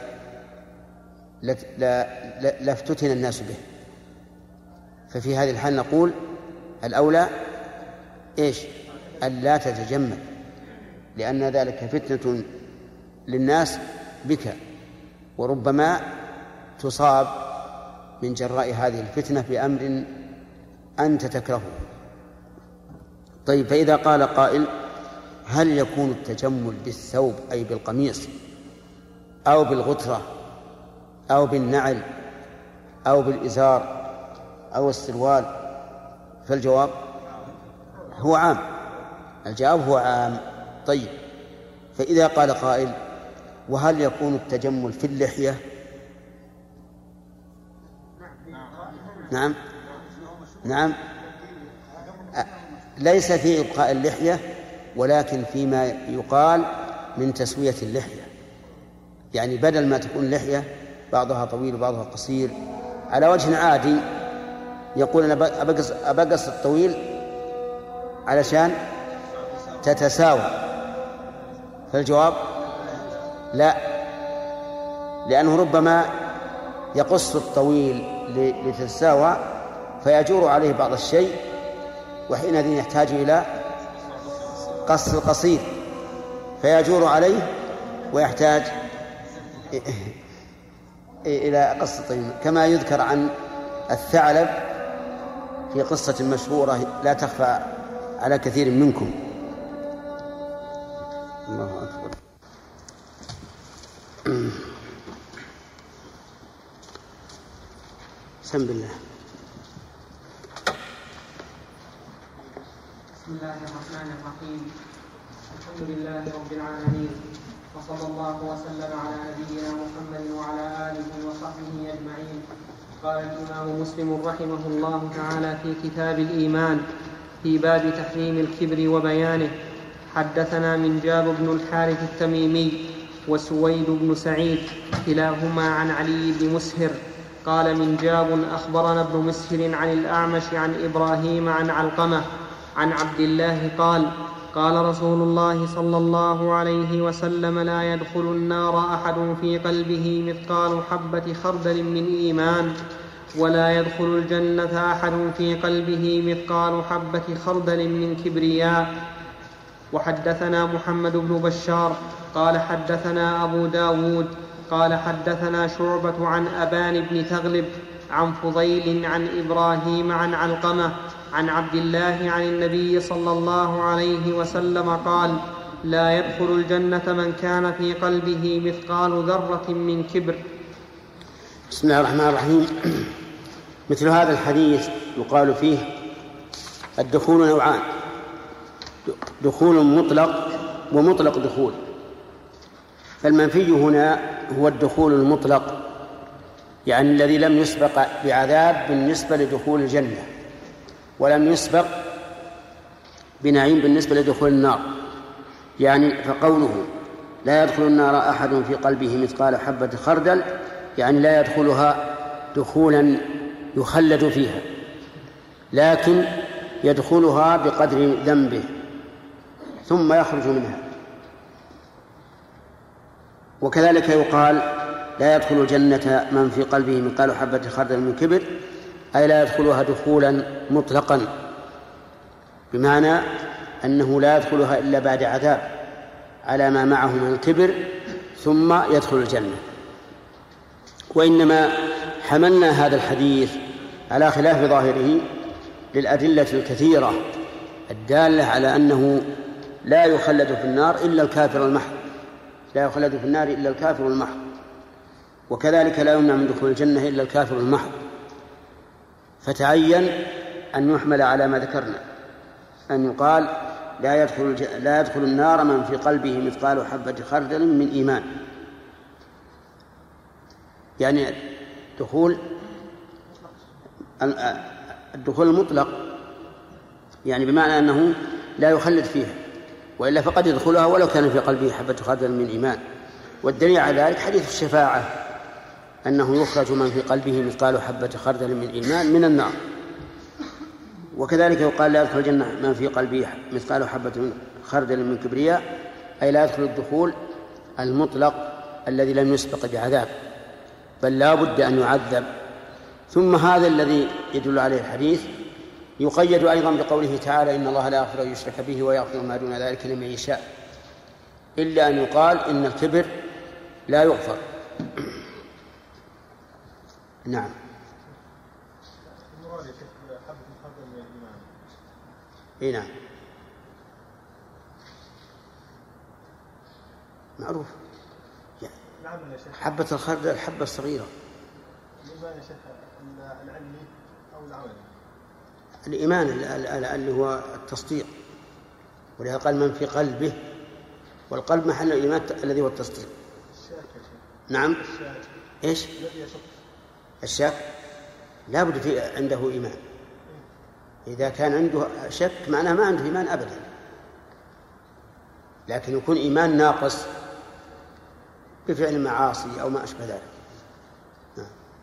لافتتن الناس به، ففي هذه الحال نقول الأولى إيش؟ ألا تتجمل، لأن ذلك فتنة للناس بك، وربما تصاب من جراء هذه الفتنة بأمر أنت تكرهه. طيب، فإذا قال قائل هل يكون التجمل بالثوب أي بالقميص أو بالغترة أو بالنعل أو بالإزار أو السروال؟ فالجواب هو عام، الجواب هو عام. طيب، فإذا قال قائل وهل يكون التجمل في اللحية؟ نعم نعم ليس في إبقاء اللحية، ولكن فيما يقال من تسوية اللحية، يعني بدل ما تكون اللحية بعضها طويل وبعضها قصير على وجه عادي يقول أنا أبقص, أبقص الطويل علشان تتساوى، فالجواب لا، لأنه ربما يقص الطويل لتتساوى فيجور عليه بعض الشيء، وحينئذ يحتاج إلى قص القصير فيجور عليه ويحتاج إلى قص الطويل، كما يذكر عن الثعلب في قصة مشهورة لا تخفى على كثير منكم. الله أكبر. بسم الله. بسم الله الرحمن الرحيم. الحمد لله رب العالمين، وصلى الله وسلم على نبينا محمد وعلى آله وصحبه أجمعين. قال الإمام مسلم رحمه الله تعالى في كتاب الإيمان في باب تحريم الكبر وبيانه: حدثنا منجاب بن الحارث التميمي وسويد بن سعيد كلاهما عن علي بن مسهر قال منجاب أخبرنا ابن مسهر عن الأعمش عن إبراهيم عن علقمة عن عبد الله قال: قال رسول الله صلى الله عليه وسلم: لا يدخل النار أحد في قلبه مثقال حبة خردل من إيمان، ولا يدخل الجنة أحد في قلبه مثقال حبة خردل من كبرياء. وحدثنا محمد بن بشار قال حدثنا أبو داود قال حدثنا شعبة عن أبان بن تغلب عن فضيل عن إبراهيم عن علقمة عن عبد الله عن النبي صلى الله عليه وسلم قال: لا يدخل الجنة من كان في قلبه مثقال ذرة من كبر. بسم الله الرحمن الرحيم. مثل هذا الحديث يقال فيه الدخول نوعان: دخول مطلق ومطلق دخول. فالمنفي هنا هو الدخول المطلق، يعني الذي لم يسبق بعذاب بالنسبة لدخول الجنة، ولم يسبق بنعيم بالنسبة لدخول النار. يعني فقوله لا يدخل النار أحد في قلبه مثقال حبة خردل، يعني لا يدخلها دخولا يخلد فيها، لكن يدخلها بقدر ذنبه ثم يخرج منها. وكذلك يقال لا يدخل الجنة من في قلبه مثقال حبة خردل من كبر، أي لا يدخلها دخولا مطلقا، بمعنى أنه لا يدخلها إلا بعد عذاب على ما معه من الكبر ثم يدخل الجنة. وإنما حملنا هذا الحديث على خلاف ظاهره للأدلة الكثيرة الدالة على أنه لا يخلد في النار إلا الكافر المحض، لا يخلد في النار إلا الكافر المحض، وكذلك لا يمنع من دخول الجنة إلا الكافر المحض. فتعين أن يحمل على ما ذكرنا، أن يقال لا يدخل, لا يدخل النار من في قلبه مثقال حبة خردل من إيمان، يعني دخول الدخول المطلق، يعني بمعنى أنه لا يخلد فيها، وإلا فقد يدخلها ولو كان في قلبه حبة خردل من إيمان. والدليل على ذلك حديث الشفاعة، أنه يخرج من في قلبه مثقال حبة خردل من إيمان من النار. وكذلك يقال لا يدخل الجنة من في قلبه مثقال حبة خردل من كبرياء، أي لا يدخل الدخول المطلق الذي لم يسبق بعذاب، بل لا بد أن يعذب. ثم هذا الذي يدل عليه الحديث يقيد أيضا بقوله تعالى: إن الله لا يغفر أن يشرك به ويغفر ما دون ذلك لمن يشاء، إلا أن يقال إن الكبر لا يغفر. نعم. اي نعم معروف، يعني حبة الخردل الحبة الصغيرة. الإيمان يا شيخ العلمي أو العملي؟ الإيمان اللي هو التصديق، ولهذا قال من في قلبه، والقلب محل الإيمان الذي هو التصديق. نعم. إيش الشك؟ لا بد في عنده إيمان. إذا كان عنده شك معناه ما عنده إيمان أبدا، لكن يكون إيمان ناقص بفعل المعاصي أو ما أشبه ذلك. نعم.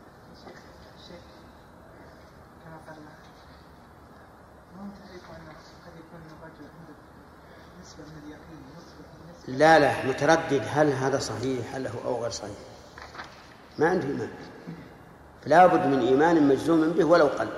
لا لا متردد هل هذا صحيح هل هو أو غير صحيح، ما عنده إيمان، فلا بد من إيمان مجزوم به ولو قل.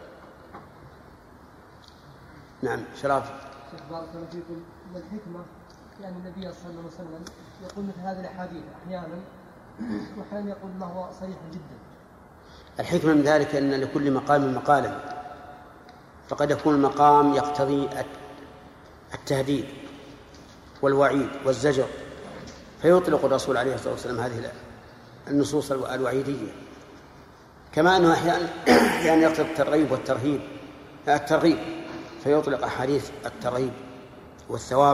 نعم. شرف. بارك الله فيكم. والحكمة يعني النبي صلى الله عليه وسلم يقول مثل هذه الأحاديث أحيانا، وأحيانا يقول ما هو صريح جدا. الحكمة من ذلك أن لكل مقام مقالا، فقد يكون المقام يقتضي التهديد والوعيد والزجر، فيطلق الرسول عليه الصلاة والسلام هذه النصوص الوعيدية، كما أنه أحيانا يعني يقتضي الترغيب والترهيب الترغيب فيطلق أحاديث الترغيب والثواب.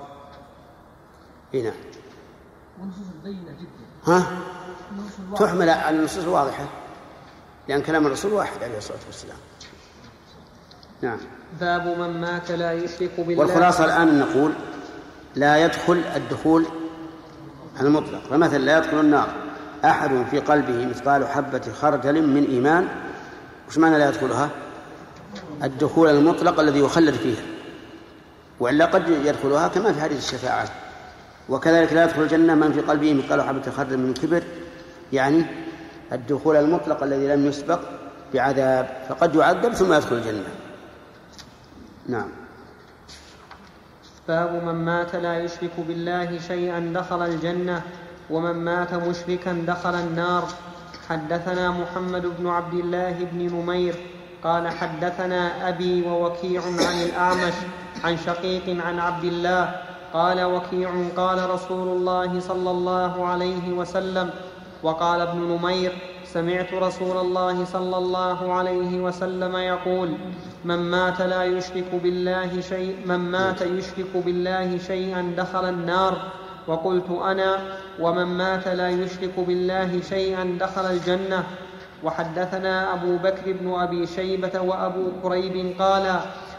هنا والنصوص البينة جدا ها تحمل على النصوص الواضحة، لأن كلام الرسول واحد عليه الصلاة والسلام. نعم. باب من مات لا يشرك بالله. والخلاصة الآن نقول لا يدخل الدخول المطلق، فمثلا لا يدخل النار أحد في قلبه مثقال حبة خردل من إيمان. وش معنى لا يدخلها؟ الدخول المطلق الذي يخلد فيها، وإلا قد يدخلها كما في حديث الشفاعة. وكذلك لا يدخل الجنة من في قلبه مثقال حبة خردل من كبر، يعني الدخول المطلق الذي لم يسبق بعذاب، فقد يعذب ثم يدخل الجنة. نعم. باب من مات لا يشرك بالله شيئا دخل الجنة ومن مات مشركا دخل النار. حدثنا محمد بن عبد الله بن نمير قال حدثنا أبي ووكيع عن الأعمش عن شقيق عن عبد الله قال وكيع قال رسول الله صلى الله عليه وسلم. وقال ابن نمير سمعت رسول الله صلى الله عليه وسلم يقول من مات لا يشرك بالله شيء من مات يشرك بالله شيئا دخل النار. وقلت أنا ومن مات لا يشرك بالله شيئا دخل الجنة. وحدثنا أبو بكر بن أبي شيبة وأبو كريب قال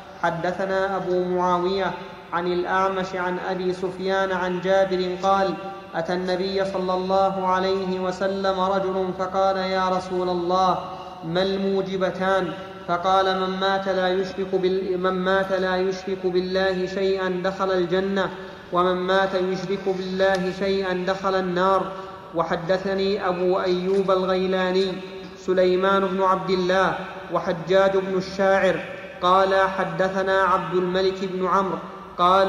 حدثنا أبو معاوية عن الأعمش عن أبي سفيان عن جابر قال أتى النبي صلى الله عليه وسلم رجل فقال يا رسول الله ما الموجبتان؟ فقال من مات لا يشرك, بال... من مات لا يشرك بالله شيئا دخل الجنة ومن مات يشرك بالله شيئا دخل النار. وحدثني أبو أيوب الغيلاني سليمان بن عبد الله وحجاج بن الشاعر قال حدثنا عبد الملك بن عمرو قال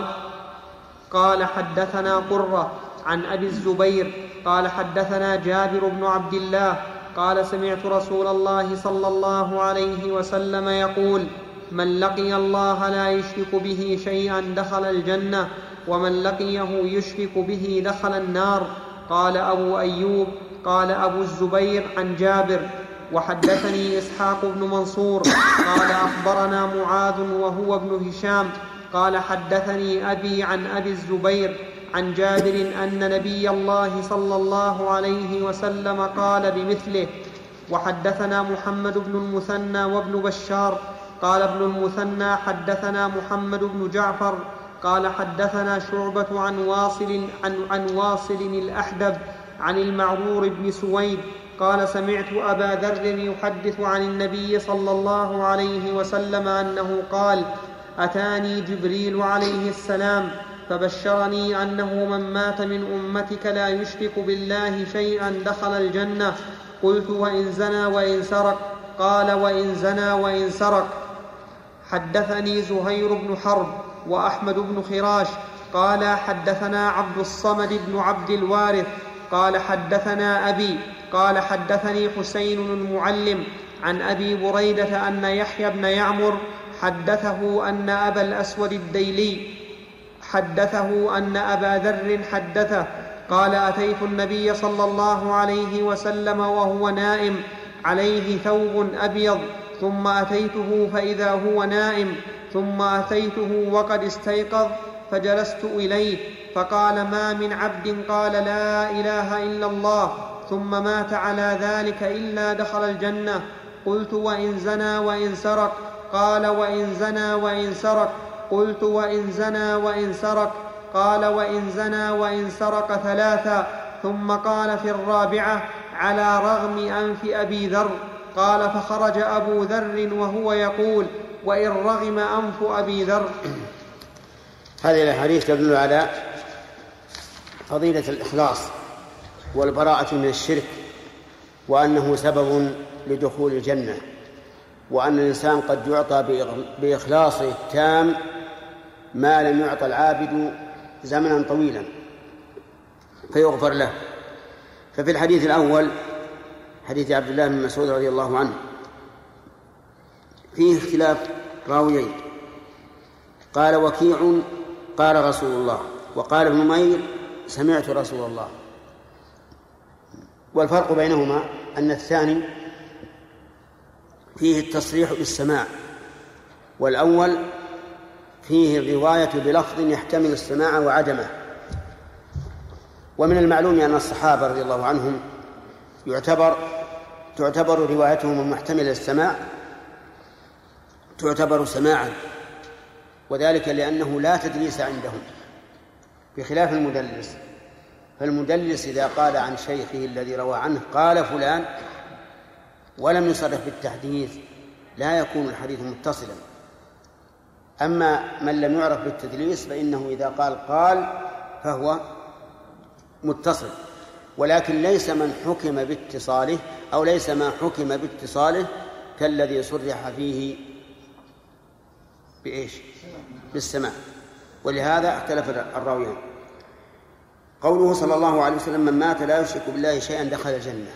قال حدثنا قرة عن أبي الزبير قال حدثنا جابر بن عبد الله قال سمعت رسول الله صلى الله عليه وسلم يقول من لقي الله لا يشرك به شيئا دخل الجنة ومن لقيه يشرك به دخل النار. قال أبو أيوب قال أبو الزبير عن جابر. وحدثني إسحاق بن منصور قال أخبرنا معاذ وهو ابن هشام قال حدثني أبي عن أبي الزبير عن جابر أن نبي الله صلى الله عليه وسلم قال بمثله. وحدثنا محمد بن المثنى وابن بشار قال ابن المثنى حدثنا محمد بن جعفر قال حدثنا شعبة عن واصل, عن, عن واصل الأحدب عن المعرور بن سويد قال سمعت أبا ذر يحدث عن النبي صلى الله عليه وسلم أنه قال أتاني جبريل عليه السلام فبشرني أنه من مات من أمتك لا يشرك بالله شيئا دخل الجنة. قلت وإن زنى وإن سرق؟ قال وإن زنى وإن سرق. حدثني زهير بن حرب وأحمد بن خراش قال حدثنا عبد الصمد بن عبد الوارث قال حدثنا أبي قال حدثني حسين المعلم عن أبي بريدة أن يحيى بن يعمر حدثه أن أبا الأسود الديلي حدثه أن أبا ذر حدثه قال أتيت النبي صلى الله عليه وسلم وهو نائم عليه ثوب أبيض ثم أتيته فإذا هو نائم ثم أتيته وقد استيقظ فجلست إليه فقال ما من عبد قال لا إله إلا الله ثم مات على ذلك إلا دخل الجنة. قلت وإن زنى وإن سرق؟ قال وإن زنى وإن سرق. قلت وإن زنى وإن سرق؟ قال وإن زنى وإن سرق ثلاثا. ثم قال في الرابعة على رغم أنف أبي ذر. قال فخرج أبو ذر وهو يقول وإن رغم أنف أبي ذر. هذه الأحاديث تدل على فضيلة الإخلاص والبراءة من الشرك وأنه سبب لدخول الجنة وأن الإنسان قد يعطى بإخلاصه التام ما لم يعطى العابد زمنا طويلا فيغفر له. ففي الحديث الأول حديث عبد الله بن مسعود رضي الله عنه فيه اختلاف راويين. قال وكيع قال رسول الله وقال ابن نمير سمعت رسول الله. والفرق بينهما أن الثاني فيه التصريح بالسماع والأول فيه الرواية بلفظ يحتمل السماع وعدمه. ومن المعلوم أن الصحابة رضي الله عنهم يعتبر تعتبر روايتهم المحتملة للسماع تعتبر سماعا وذلك لأنه لا تدليس عندهم بخلاف المدلس. فالمدلس إذا قال عن شيخه الذي روى عنه قال فلان ولم يصرح بالتحديث لا يكون الحديث متصلا. أما من لم يعرف بالتدليس فإنه إذا قال قال فهو متصل ولكن ليس من حكم باتصاله أو ليس ما حكم باتصاله كالذي صرح فيه بإيش؟ بالسماع. ولهذا اختلف الراويان. قوله صلى الله عليه وسلم من مات لا يشرك بالله شيئا دخل الجنة،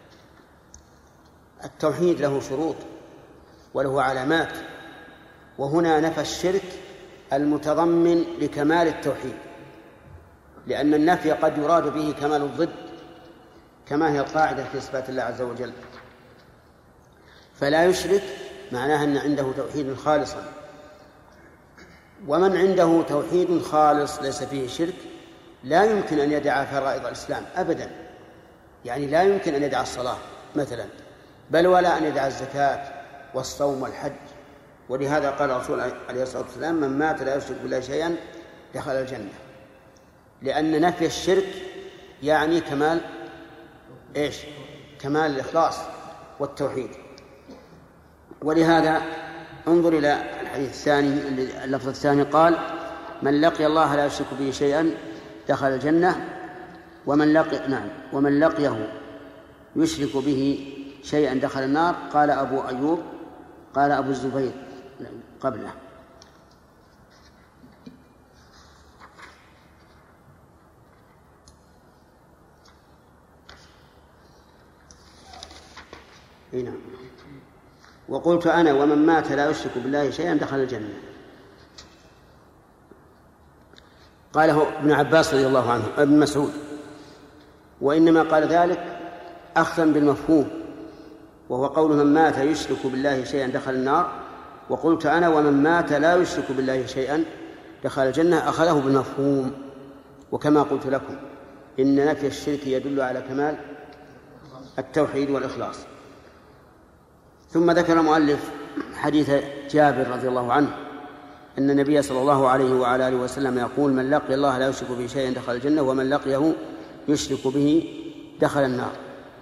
التوحيد له شروط وله علامات، وهنا نفى الشرك المتضمن لكمال التوحيد، لأن النفي قد يراد به كمال الضد كما هي القاعدة في إثبات الله عز وجل. فلا يشرك معناها أن عنده توحيد خالصا، ومن عنده توحيد خالص ليس فيه شرك لا يمكن أن يدع فرائض الإسلام أبدا، يعني لا يمكن أن يدع الصلاة مثلا، بل ولا أن يدع الزكاة والصوم والحج. ولهذا قال الرسول عليه الصلاة والسلام من مات لا يشرك بالله شيئا دخل الجنة، لأن نفي الشرك يعني كمال إيش؟ كمال الإخلاص والتوحيد. ولهذا انظر إلى الحديث الثاني، اللفظ الثاني قال من لقي الله لا يشرك به شيئا دخل الجنة، ومن لقي نعم ومن لقيه يشرك به شيئا دخل النار. قال أبو أيوب قال أبو الزبير قبله. هنا وقلت أنا ومن مات لا يشرك بالله شيئا دخل الجنة. قاله ابن عباس رضي الله عنه ابن مسعود، وإنما قال ذلك أخذا بالمفهوم، وهو قول من مات يشرك بالله شيئا دخل النار، وقلت أنا ومن مات لا يشرك بالله شيئا دخل الجنة، أخذه بالمفهوم. وكما قلت لكم إن نفي الشرك يدل على كمال التوحيد والإخلاص. ثم ذكر المؤلف حديث جابر رضي الله عنه أن النبي صلى الله عليه وعلى آله وسلم يقول من لقي الله لا يشرك به شيئا دخل الجنة ومن لقيه يشرك به دخل النار،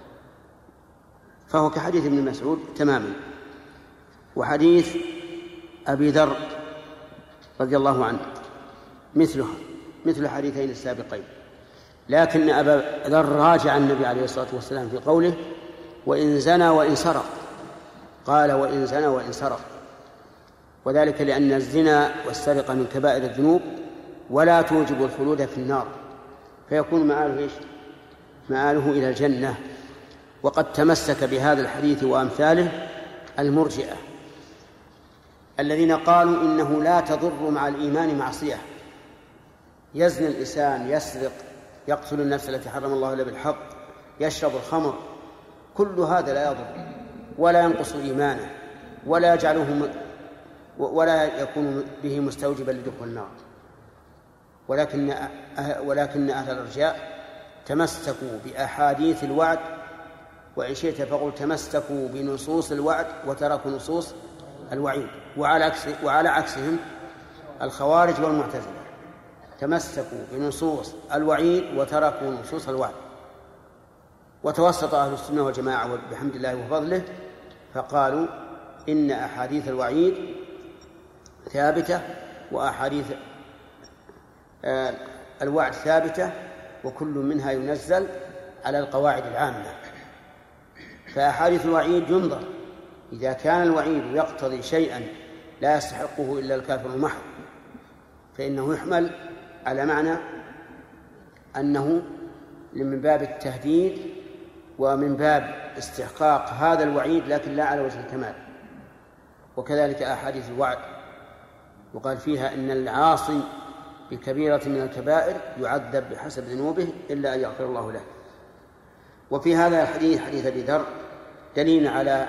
فهو كحديث ابن مسعود تماما. وحديث أبي ذر رضي الله عنه مثله مثل حديثين السابقين، لكن أبا ذر راجع النبي عليه الصلاة والسلام في قوله وإن زنى وإن سرق، قال وإن زنى وإن سرق، وذلك لأن الزنا والسرقة من كبائر الذنوب ولا توجب الخلود في النار، فيكون مآله إيش؟ مآله إلى الجنة. وقد تمسك بهذا الحديث وأمثاله المرجئة الذين قالوا إنه لا تضر مع الإيمان معصية، يزني الإنسان، يسرق، يقتل النفس التي حرم الله إلا بالحق، يشرب الخمر، كل هذا لا يضر ولا ينقص إيمانه ولا يجعله ولا يكون به مستوجبا لدخول النار. ولكن ولكن أهل الإرجاء تمسكوا بأحاديث الوعد، وإن شئت فقل تمسكوا بنصوص الوعد وتركوا نصوص الوعيد، وعلى عكس وعلى عكسهم الخوارج والمعتزلة تمسكوا بنصوص الوعيد وتركوا نصوص الوعد. وتوسط أهل السنة والجماعة بحمد الله وفضله فقالوا إن أحاديث الوعيد ثابتة وأحاديث الوعد ثابتة، وكل منها ينزل على القواعد العامة. فأحاديث الوعيد ينظر إذا كان الوعيد يقتضي شيئا لا يستحقه إلا الكافر المحض فإنه يحمل على معنى أنه من باب التهديد ومن باب استحقاق هذا الوعيد، لكن لا على وجه الكمال. وكذلك أحاديث الوعد وقال فيها إن العاصي بكبيرة من الكبائر يعذب بحسب ذنوبه إلا أن يغفر الله له. وفي هذا الحديث حديث أبي ذر دليل على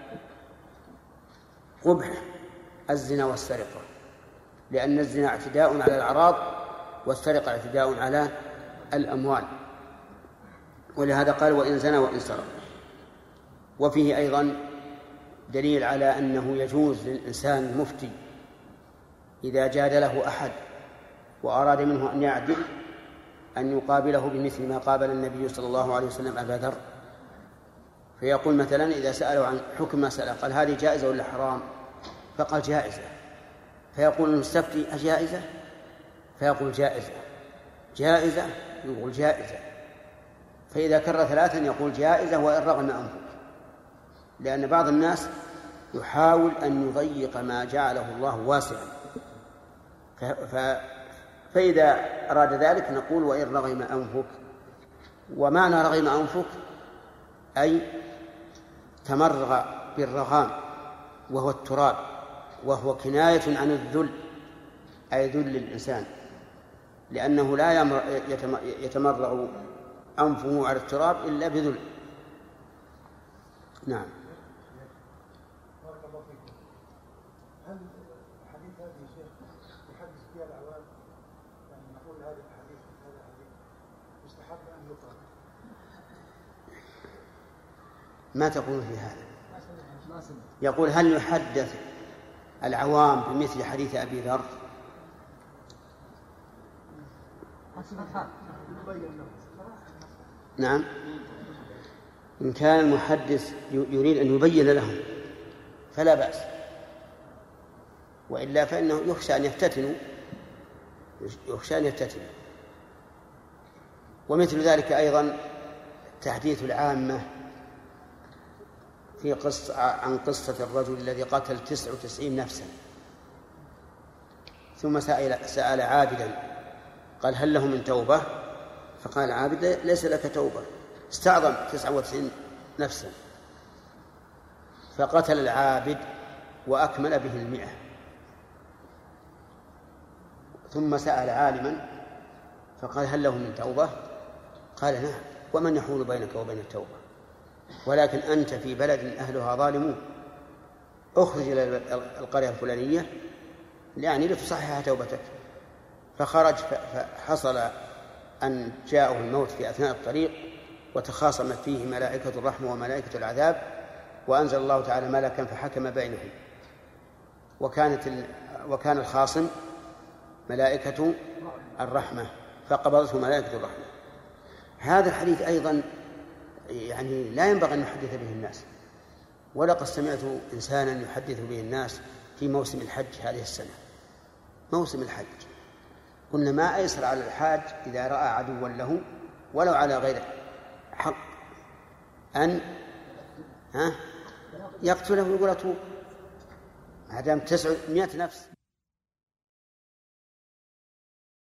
قبح الزنا والسرقة، لأن الزنا اعتداء على الأعراض والسرقة اعتداء على الأموال، ولهذا قال وإن زنى وإن سرق. وفيه أيضا دليل على أنه يجوز للإنسان المفتي إذا جادله أحد وأراد منه أن يعدل أن يقابله بمثل ما قابل النبي صلى الله عليه وسلم أبا ذر، فيقول مثلا إذا سأله عن حكم مسألة قال هذه جائزة ولا حرام، فقال جائزة، فيقول المستفتي أجائزة؟ فيقول جائزة. جائزة؟ يقول جائزة. فإذا كرر ثلاثا يقول جائزة وإن رغم أنفه، لأن بعض الناس يحاول أن يضيق ما جعله الله واسعا فإذا أراد ذلك نقول وإن رغم أنفك. ومعنى رغم أنفك أي تمرغ بالرغام وهو التراب، وهو كناية عن الذل، أي ذل الإنسان، لأنه لا يتمرغ أنفه على التراب إلا بذل. نعم. بارك الله فيكم. هل حديث هذه يا شيخ يحدث فيها العوام؟ يعني نقول هذا الحديث هذا الحديث مستحب أن يقرأ؟ ما تقول في هذا؟ يقول هل يحدث العوام بمثل حديث أبي ذر؟ نعم، إن كان المحدث يريد أن يبين لهم فلا بأس، وإلا فإنه يخشى أن يفتتنوا يخشى أن يفتتنوا. ومثل ذلك أيضا تحديث العامة في قصة عن قصة الرجل الذي قتل تسع وتسعين نفسا ثم سأل, سأل عابدا قال هل له من توبة؟ فقال عابد ليس لك توبة، استعظم تسع وتسعين نفسا، فقتل العابد وأكمل به المئة، ثم سأل عالما فقال هل له من توبة؟ قال نعم، ومن يحول بينك وبين التوبة؟ ولكن أنت في بلد أهلها ظالمون، أخرج إلى القرية الفلانية يعني لتصحح توبتك. فخرج فحصل أن جاءه الموت في أثناء الطريق وتخاصمت فيه ملائكة الرحمة وملائكة العذاب، وأنزل الله تعالى ملكا فحكم بينهم، وكانت ال... وكان الخاصم ملائكة الرحمة فقبضته ملائكة الرحمة. هذا الحديث أيضا يعني لا ينبغي أن يحدث به الناس، ولقد سمعت إنسانا يحدث به الناس في موسم الحج هذه السنة، موسم الحج، قلنا ما أيسر على الحاج إذا رأى عدوا له ولو على غير حق أن ها يقتله ويقول أتوب، ما دام تسعمائة نفس.